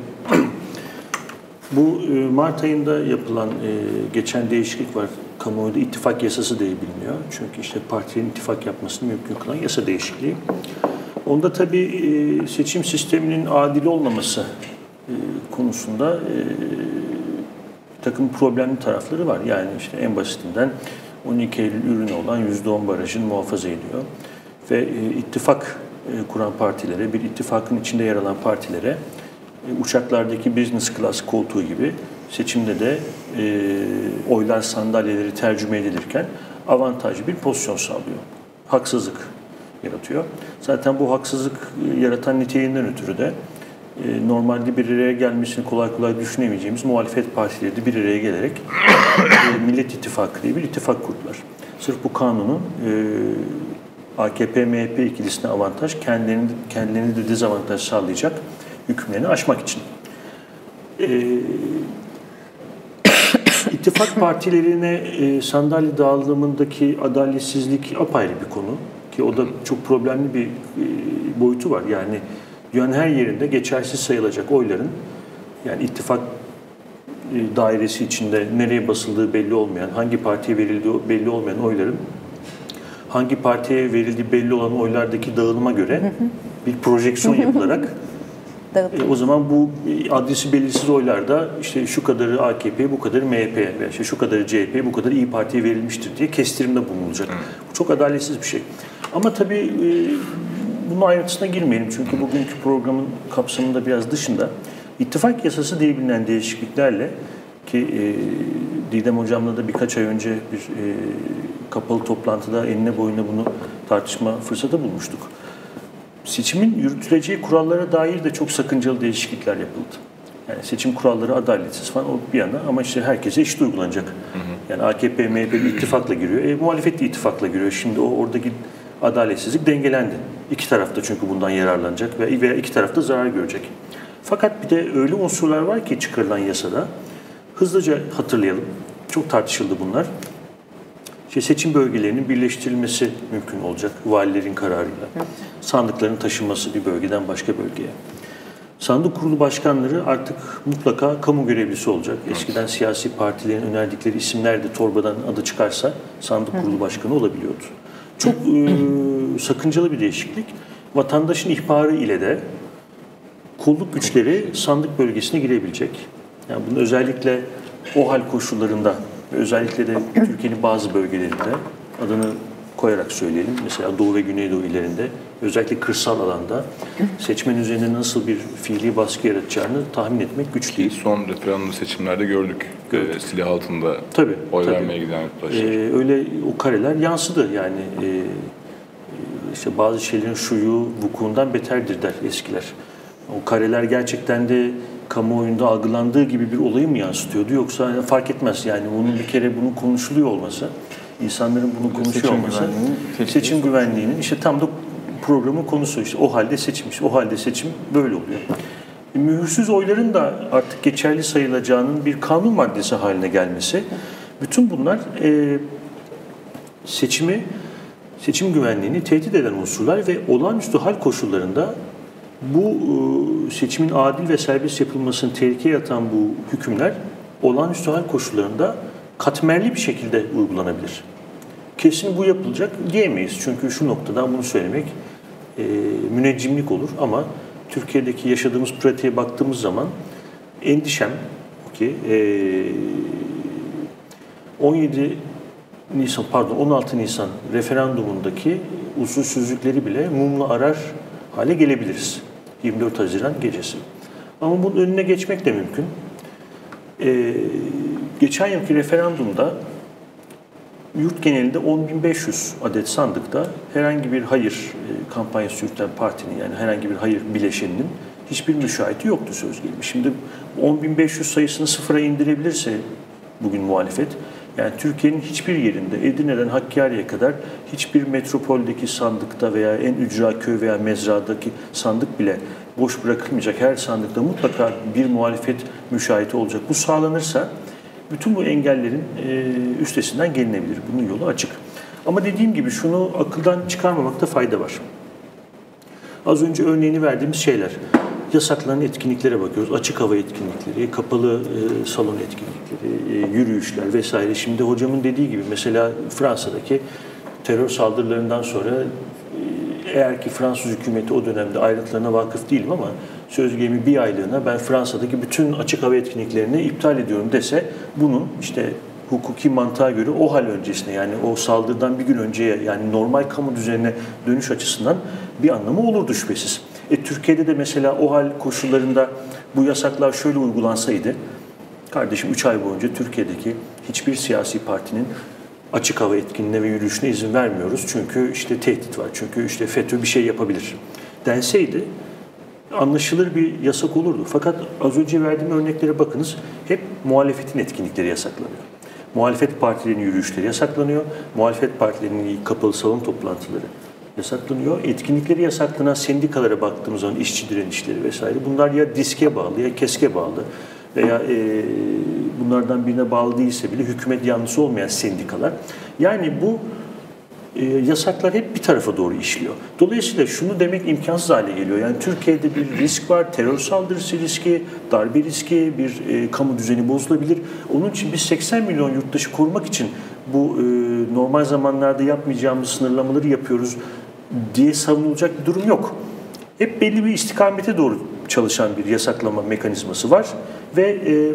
bu e, Mart ayında yapılan e, geçen değişiklik var. Kamuoyunda ittifak yasası diye biliniyor. Çünkü işte partilerin ittifak yapmasını mümkün kılan yasa değişikliği. Onda tabii e, seçim sisteminin adil olmaması e, konusunda e, bir takım problemli tarafları var. Yani işte en basitinden on iki Eylül ürünü olan yüzde on barajını muhafaza ediyor. Ve e, ittifak e, kuran partilere, bir ittifakın içinde yer alan partilere e, uçaklardaki business class koltuğu gibi seçimde de e, oylar sandalyeleri tercüme edilirken avantajlı bir pozisyon sağlıyor. Haksızlık yaratıyor. Zaten bu haksızlık yaratan niteliğinden ötürü de e, normalde bir araya gelmesini kolay kolay düşünemeyeceğimiz muhalefet partileri de bir araya gelerek e, Millet İttifakı diye bir ittifak kurdular. Sırf bu kanunun e, A K P M H P ikilisine avantaj, kendilerini, kendilerini de dezavantaj sağlayacak hükümlerini aşmak için. E, İttifak partilerine e, sandalye dağılımındaki adaletsizlik apayrı bir konu ki o da çok problemli bir e, boyutu var. Yani dünyanın her yerinde geçersiz sayılacak oyların, yani ittifak e, dairesi içinde nereye basıldığı belli olmayan, hangi partiye verildiği belli olmayan oyların hangi partiye verildiği belli olan oylardaki dağılıma göre bir projeksiyon yapılarak E, o zaman bu adresi belirsiz oylarda işte şu kadarı A K P, bu kadarı M H P veya işte şu kadarı C H P, bu kadarı İYİ Parti'ye verilmiştir diye kestirimde bulunulacak. Bu çok adaletsiz bir şey. Ama tabii e, bunun ayrıntısına girmeyelim çünkü bugünkü programın kapsamında biraz dışında. İttifak yasası diye bilinen değişikliklerle ki e, Didem Hocam'la da birkaç ay önce bir e, kapalı toplantıda enine boyuna bunu tartışma fırsatı bulmuştuk. Seçimin yürütüleceği kurallara dair de çok sakıncalı değişiklikler yapıldı. Yani seçim kuralları adaletsiz falan o bir yana ama işte herkese eşit uygulanacak. Hı hı. Yani A K P, M H P bir ittifakla giriyor. E, muhalefet de ittifakla giriyor. Şimdi o oradaki adaletsizlik dengelendi. İki taraf da çünkü bundan yararlanacak ve veya iki taraf da zarar görecek. Fakat bir de öyle unsurlar var ki çıkarılan yasada. Hızlıca hatırlayalım. Çok tartışıldı bunlar. İşte seçim bölgelerinin birleştirilmesi mümkün olacak valilerin kararıyla. Evet. Sandıkların taşınması bir bölgeden başka bölgeye. Sandık kurulu başkanları artık mutlaka kamu görevlisi olacak. Eskiden siyasi partilerin önerdikleri isimler de torbadan adı çıkarsa sandık kurulu başkanı olabiliyordu. Çok e, sakıncalı bir değişiklik. Vatandaşın ihbarı ile de kolluk güçleri sandık bölgesine girebilecek. Yani bunu özellikle o hal koşullarında, özellikle de Türkiye'nin bazı bölgelerinde adını koyarak söyleyelim. Mesela Doğu ve Güneydoğu illerinde, özellikle kırsal alanda seçmen üzerinde nasıl bir fiili baskı yaratacağını tahmin etmek güç değil. Son referandum seçimlerde gördük. gördük. E, silah altında tabii, oy tabii. vermeye giden arkadaşlar. Ee, öyle o kareler yansıdı. Yani e, işte bazı şeylerin şuyu vukuundan beterdir der eskiler. O kareler gerçekten de kamuoyunda algılandığı gibi bir olayı mı yansıtıyordu yoksa fark etmez yani bunun bir kere bunun konuşuluyor olması, insanların bunu konuşuyor seçim olması, güvenliğinin, seçim güvenliğinin işte tam da programın konusu işte o halde seçmiş, o halde seçim böyle oluyor. E, mühürsüz oyların da artık geçerli sayılacağının bir kanun maddesi haline gelmesi, bütün bunlar e, seçimi, seçim güvenliğini tehdit eden unsurlar ve olağanüstü hal koşullarında bu seçimin adil ve serbest yapılmasını tehlikeye atan bu hükümler olağanüstü hal koşullarında katmerli bir şekilde uygulanabilir. Kesin bu yapılacak diyemeyiz. Çünkü şu noktadan bunu söylemek e, müneccimlik olur ama Türkiye'deki yaşadığımız pratiğe baktığımız zaman endişem ki e, on yedi Nisan pardon on altı Nisan referandumundaki usulsüzlükleri bile mumla arar hale gelebiliriz. yirmi dört Haziran gecesi. Ama bunun önüne geçmek de mümkün. Ee, geçen yılki referandumda yurt genelinde on bin beş yüz adet sandıkta herhangi bir hayır e, kampanyası yürüten partinin yani herhangi bir hayır bileşeninin hiçbir müşahidi yoktu söz gelimi. Şimdi on bin beş yüz sayısını sıfıra indirebilirse bugün muhalefet, yani Türkiye'nin hiçbir yerinde Edirne'den Hakkari'ye kadar hiçbir metropoldeki sandıkta veya en ücra köy veya mezradaki sandık bile boş bırakılmayacak. Her sandıkta mutlaka bir muhalefet müşahidi olacak. Bu sağlanırsa bütün bu engellerin üstesinden gelinebilir. Bunun yolu açık. Ama dediğim gibi şunu akıldan çıkarmamakta fayda var. Az önce örneğini verdiğimiz şeyler. Yasaklanan etkinliklere bakıyoruz. Açık hava etkinlikleri, kapalı e, salon etkinlikleri, e, yürüyüşler vesaire. Şimdi hocamın dediği gibi mesela Fransa'daki terör saldırılarından sonra e, eğer ki Fransız hükümeti o dönemde ayrıntılarına vakıf değilim ama söz gelimi bir aylığına ben Fransa'daki bütün açık hava etkinliklerini iptal ediyorum dese bunun işte hukuki mantığa göre o hal öncesine yani o saldırıdan bir gün önceye yani normal kamu düzenine dönüş açısından bir anlamı olurdu şüphesiz. E, Türkiye'de de mesela o hal koşullarında bu yasaklar şöyle uygulansaydı, Kardeşim üç ay boyunca Türkiye'deki hiçbir siyasi partinin açık hava etkinliğine ve yürüyüşüne izin vermiyoruz. Çünkü işte tehdit var, çünkü işte FETÖ bir şey yapabilir denseydi anlaşılır bir yasak olurdu. Fakat az önce verdiğim örneklere bakınız, hep muhalefetin etkinlikleri yasaklanıyor. Muhalefet partilerinin yürüyüşleri yasaklanıyor. Muhalefet partilerinin kapalı salon toplantıları yasaklanıyor. Etkinlikleri yasaklanan sendikalara baktığımız zaman işçi direnişleri vesaire, bunlar ya diske bağlı ya keske bağlı veya e, bunlardan birine bağlı değilse bile hükümet yanlısı olmayan sendikalar. Yani bu e, yasaklar hep bir tarafa doğru işliyor. Dolayısıyla şunu demek imkansız hale geliyor. Yani Türkiye'de bir risk var, terör saldırısı riski, darbe riski, bir e, kamu düzeni bozulabilir. Onun için biz seksen milyon yurttaşı korumak için bu e, normal zamanlarda yapmayacağımız sınırlamaları yapıyoruz diye savunulacak bir durum yok. Hep belli bir istikamete doğru çalışan bir yasaklama mekanizması var ve e,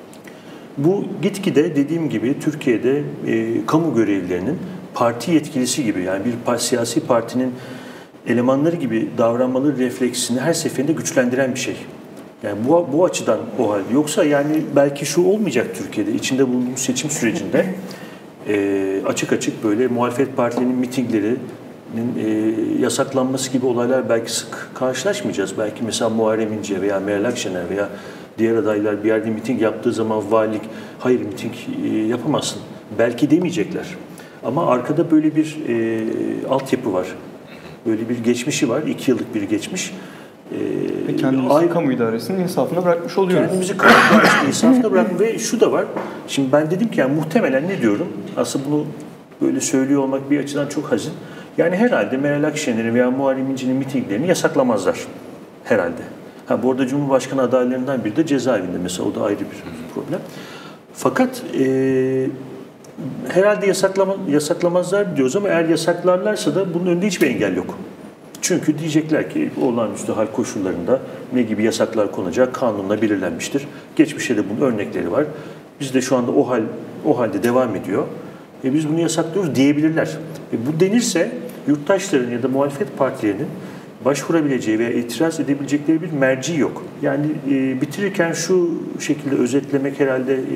bu gitgide dediğim gibi Türkiye'de e, kamu görevlilerinin parti yetkilisi gibi, yani bir siyasi partinin elemanları gibi davranmaları refleksini her seferinde güçlendiren bir şey. Yani bu, bu açıdan o halde. Yoksa yani belki şu olmayacak Türkiye'de, içinde bulunduğumuz seçim sürecinde e, açık açık böyle muhalefet partilerinin mitingleri E, yasaklanması gibi olaylar belki sık karşılaşmayacağız. Belki mesela Muharrem İnce veya Meral Akşener veya diğer adaylar bir yerde miting yaptığı zaman valilik hayır miting e, yapamazsın belki demeyecekler. Ama arkada böyle bir e, altyapı var. Böyle bir geçmişi var. iki yıllık bir geçmiş. Ve kendimizi ay, kamu idaresinin insafına bırakmış oluyoruz. Kendimizi kamu idaresinin insafına bırakmış ve şu da var. Şimdi ben dedim ki yani muhtemelen ne diyorum? Aslında bunu böyle söylüyor olmak bir açıdan çok hazin. Yani herhalde Meral Akşener'in veya Muharrem İnce'nin mitinglerini yasaklamazlar. Herhalde. Ha, bu arada Cumhurbaşkanı adaylarından biri de cezaevinde mesela, o da ayrı bir problem. Fakat e, herhalde yasaklama, yasaklamazlar diyoruz ama eğer yasaklarlarsa da bunun önünde hiçbir engel yok. Çünkü diyecekler ki olağanüstü hal koşullarında ne gibi yasaklar konacak kanunla belirlenmiştir. Geçmişte de bunun örnekleri var. Bizde şu anda o hal o halde devam ediyor. E biz bunu yasaklıyoruz diyebilirler. E bu denirse yurttaşların ya da muhalefet partilerinin başvurabileceği veya itiraz edebilecekleri bir merci yok. Yani e, bitirirken şu şekilde özetlemek herhalde e, e,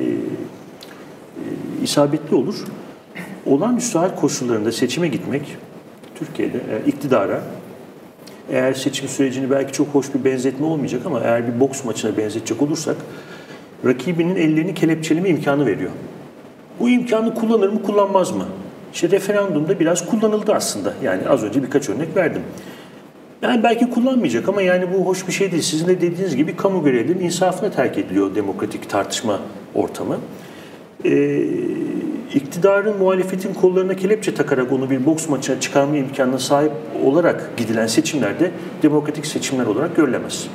isabetli olur. Olağanüstü hal koşullarında seçime gitmek Türkiye'de e, iktidara, eğer seçim sürecini belki çok hoş bir benzetme olmayacak ama eğer bir boks maçına benzetecek olursak rakibinin ellerini kelepçeleme imkanı veriyor. Bu imkanı kullanır mı, kullanmaz mı? İşte referandumda biraz kullanıldı aslında. Yani az önce birkaç örnek verdim. Yani belki kullanmayacak ama yani bu hoş bir şey değil. Sizin de dediğiniz gibi kamu görevlilerinin insafına terk ediliyor demokratik tartışma ortamı. Ee, iktidarın muhalefetin kollarına kelepçe takarak onu bir boks maçına çıkarma imkanına sahip olarak gidilen seçimlerde demokratik seçimler olarak görülemez.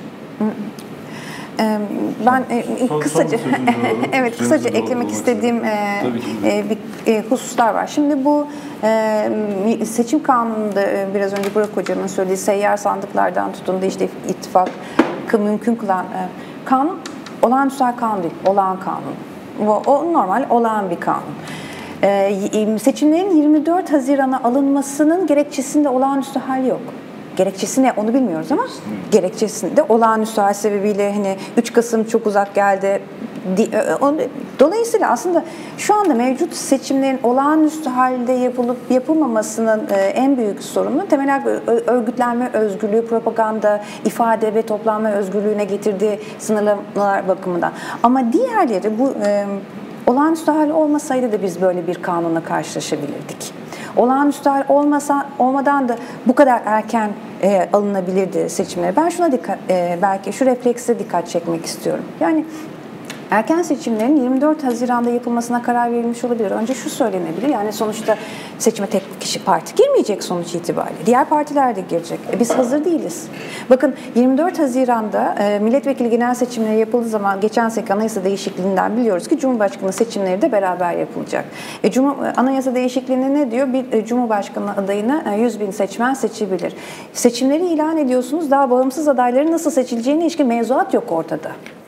Ben son, kısaca son evet kısaca eklemek istediğim e, bir e, hususlar var. Şimdi bu e, seçim kanununda e, biraz önce Burak Hocam'ın söylediği seyyar sandıklardan tutun da işte ittifak mümkün kılan e, kanun olağanüstü kanun değil, olağan kanun. O, o normal olağan bir kanun. E, seçimlerin yirmi dört Haziran'a alınmasının gerekçesinde olağanüstü hal yok. Gerekçesi ne onu bilmiyoruz ama gerekçesinde olağanüstü hal sebebiyle hani üç Kasım çok uzak geldi. Dolayısıyla aslında şu anda mevcut seçimlerin olağanüstü halde yapılıp yapılmamasının en büyük sorunu temel örgütlenme özgürlüğü, propaganda, ifade ve toplanma özgürlüğüne getirdiği sınırlamalar bakımından. Ama diğerleri bu olağanüstü hal olmasaydı da biz böyle bir kanunla karşılaşabilirdik. Olağanüstü hal olmasa, olmadan da bu kadar erken e, alınabilirdi seçimlere. Ben şuna dikkat, e, belki şu reflekse dikkat çekmek istiyorum. Yani erken seçimlerin yirmi dört Haziran'da yapılmasına karar verilmiş olabilir. Önce şu söylenebilir, yani sonuçta seçime tek kişi parti girmeyecek sonuç itibariyle. Diğer partiler de girecek. E biz hazır değiliz. Bakın yirmi dört Haziran'da e, milletvekili genel seçimleri yapıldığı zaman geçen sene anayasa değişikliğinden biliyoruz ki Cumhurbaşkanı seçimleri de beraber yapılacak. E, Cumhur, anayasa değişikliğinde ne diyor? Bir e, Cumhurbaşkanı adayını e, yüz bin seçmen seçebilir. Seçimleri ilan ediyorsunuz, daha bağımsız adayların nasıl seçileceğine ilişkin mevzuat yok ortada.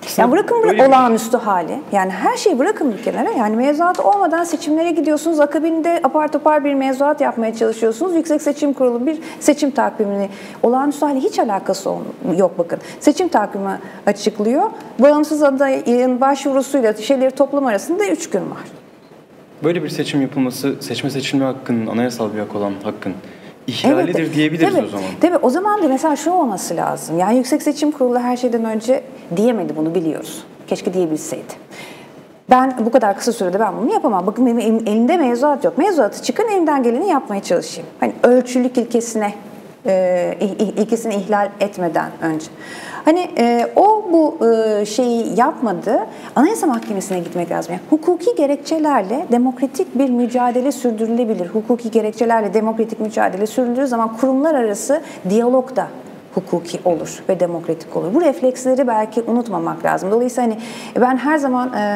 Yani bırakın Öyle bir- olağanüstü hali. Yani her şeyi bırakın bir kenara. Yani mevzuat olmadan seçimlere gidiyorsunuz. Akabinde apar topar bir mevzuat yapmaya çalışıyorsunuz. Yüksek Seçim Kurulu bir seçim takvimini. Olağanüstü hali hiç alakası yok bakın. Seçim takvimi açıklıyor. Bağımsız adayın başvurusuyla şeyleri toplam arasında üç gün var. Böyle bir seçim yapılması, seçme seçilme hakkının, anayasal bir hak olan hakkın ihlalidir Evet, diyebiliriz tabii, o zaman. Tabii o zaman da mesela şu olması lazım. Yani Yüksek Seçim Kurulu her şeyden önce diyemedi, bunu biliyoruz. Keşke diyebilseydi. Ben bu kadar kısa sürede ben bunu yapamam. Bakın benim elim- elimde mevzuat yok. Mevzuatı çıkın, elimden geleni yapmaya çalışayım. Hani ölçülük ilkesine e, il- il- ilkesini ihlal etmeden önce. Hani e, o bu e, şeyi yapmadı. Anayasa Mahkemesi'ne gitmek lazım. Yani hukuki gerekçelerle demokratik bir mücadele sürdürülebilir. Hukuki gerekçelerle demokratik mücadele sürdürüldüğü zaman kurumlar arası diyalog da hukuki olur ve demokratik olur. Bu refleksleri belki unutmamak lazım. Dolayısıyla hani ben her zaman e,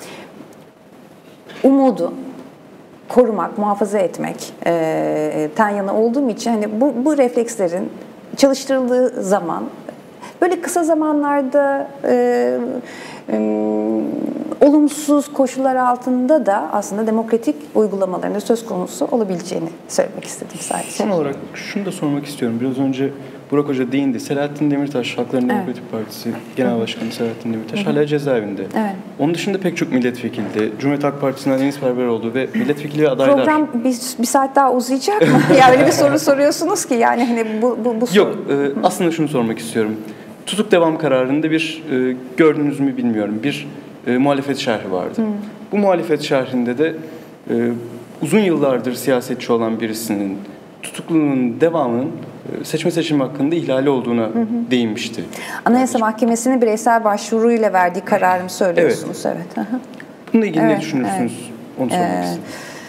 umudu korumak, muhafaza etmek e, ten yana olduğum için hani bu, bu reflekslerin çalıştırıldığı zaman böyle kısa zamanlarda e, e, olumsuz koşullar altında da aslında demokratik uygulamaların söz konusu olabileceğini söylemek istedim sadece. Son olarak şunu da sormak istiyorum. Biraz önce Burak Hoca değindi. Selahattin Demirtaş, Halkların Evet. Demokratik Partisi Genel Başkanı Selahattin Demirtaş hala cezaevinde. Evet. Onun dışında pek çok milletvekili de Cumhuriyet Halk Partisi'nden Enis Berberoğlu ve milletvekili adaylar. Program bir, bir saat daha uzayacak mı? Ya öyle bir soru soruyorsunuz ki yani hani bu bu, bu Yok, soru. e, aslında şunu sormak istiyorum. Tutuk devam kararında bir, e, gördünüz mü bilmiyorum, bir e, muhalefet şerhi vardı. Bu muhalefet şerhinde de e, uzun yıllardır siyasetçi olan birisinin tutukluluğunun devamının e, seçme seçim hakkında ihlali olduğuna değinmişti. Anayasa Mahkemesi'nin bireysel başvuruyla verdiği kararı mı söylüyorsunuz? Evet. Evet. Bununla ilgili Evet, ne düşünürsünüz? Onu sormak Ee, istedim.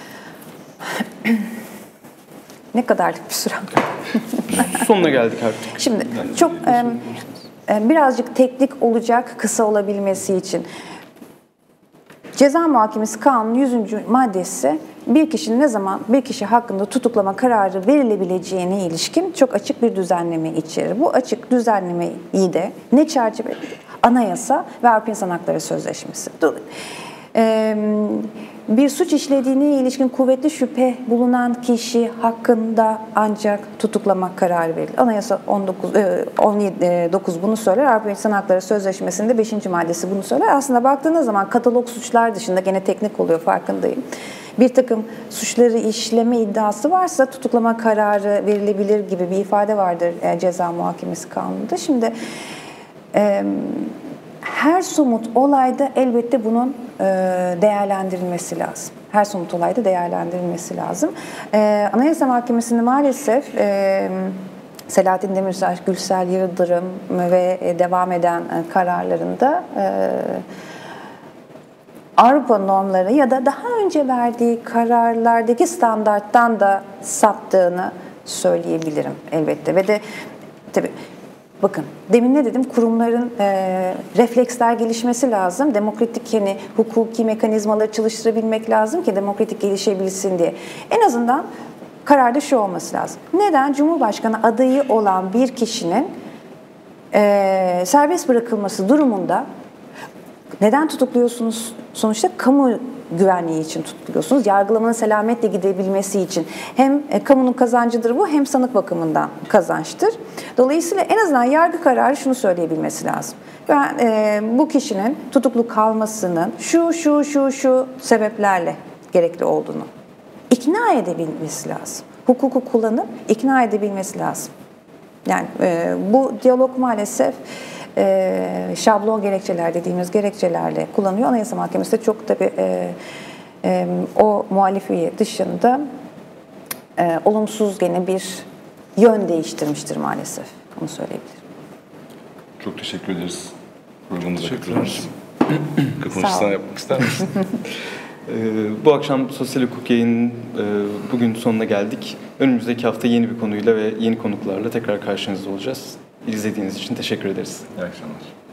Ne kadarlık bir süre? Sonuna geldik artık. Şimdi çok e, e, birazcık teknik olacak kısa olabilmesi için. Ceza Muhakemesi Kanunu yüzüncü maddesi bir kişinin ne zaman bir kişi hakkında tutuklama kararı verilebileceğine ilişkin çok açık bir düzenleme içerir. Bu açık düzenlemeyi de ne çerçeve? Anayasa ve Avrupa İnsan Hakları Sözleşmesi. Ee, bir suç işlediğine ilişkin kuvvetli şüphe bulunan kişi hakkında ancak tutuklama kararı verilir. Anayasa on dokuz, on dokuz bunu söyler, Avrupa İnsan Hakları Sözleşmesi'nde beşinci maddesi bunu söyler. Aslında baktığınız zaman katalog suçlar dışında, gene teknik oluyor farkındayım, bir takım suçları işleme iddiası varsa tutuklama kararı verilebilir gibi bir ifade vardır Ceza Muhakemesi Kanunu'nda. Şimdi e, her somut olayda elbette bunun e, değerlendirilmesi lazım. Her somut olayda değerlendirilmesi lazım. E, Anayasa Mahkemesi'nde maalesef e, Selahattin Demirtaş, Gülsel Yıldırım ve e, devam eden e, kararlarında e, Avrupa normları ya da daha önce verdiği kararlardaki standarttan da saptığını söyleyebilirim elbette. Ve de tabii bakın demin ne dedim? Kurumların e, refleksler gelişmesi lazım. Demokratik yani hukuki mekanizmaları çalıştırabilmek lazım ki demokratik gelişebilsin diye. En azından kararda şu olması lazım. Neden? Cumhurbaşkanı adayı olan bir kişinin e, serbest bırakılması durumunda neden tutukluyorsunuz? Sonuçta kamu güvenliği için tutukluyorsunuz. Yargılamanın selametle gidebilmesi için. Hem e, kamunun kazancıdır bu, hem sanık bakımından kazançtır. Dolayısıyla en azından yargı kararı şunu söyleyebilmesi lazım. Ben e, bu kişinin tutuklu kalmasının şu şu şu şu sebeplerle gerekli olduğunu ikna edebilmesi lazım. Hukuku kullanıp ikna edebilmesi lazım. Yani e, bu diyalog maalesef e, şablon gerekçeler dediğimiz gerekçelerle kullanılıyor. Anayasa Mahkemesi de çok tabii e, e, o muhalif üye dışında e, olumsuz gene bir yön değiştirmiştir maalesef. Onu söyleyebilirim. Çok teşekkür ederiz. Programımıza Teşekkür katıldığınız ederiz. için. Kapanışı Sağ sana olun. yapmak ister misin? Ee, bu akşam Sosyal Hukuk yayının e, bugün sonuna geldik. Önümüzdeki hafta yeni bir konuyla ve yeni konuklarla tekrar karşınızda olacağız. İzlediğiniz için teşekkür ederiz. İyi akşamlar.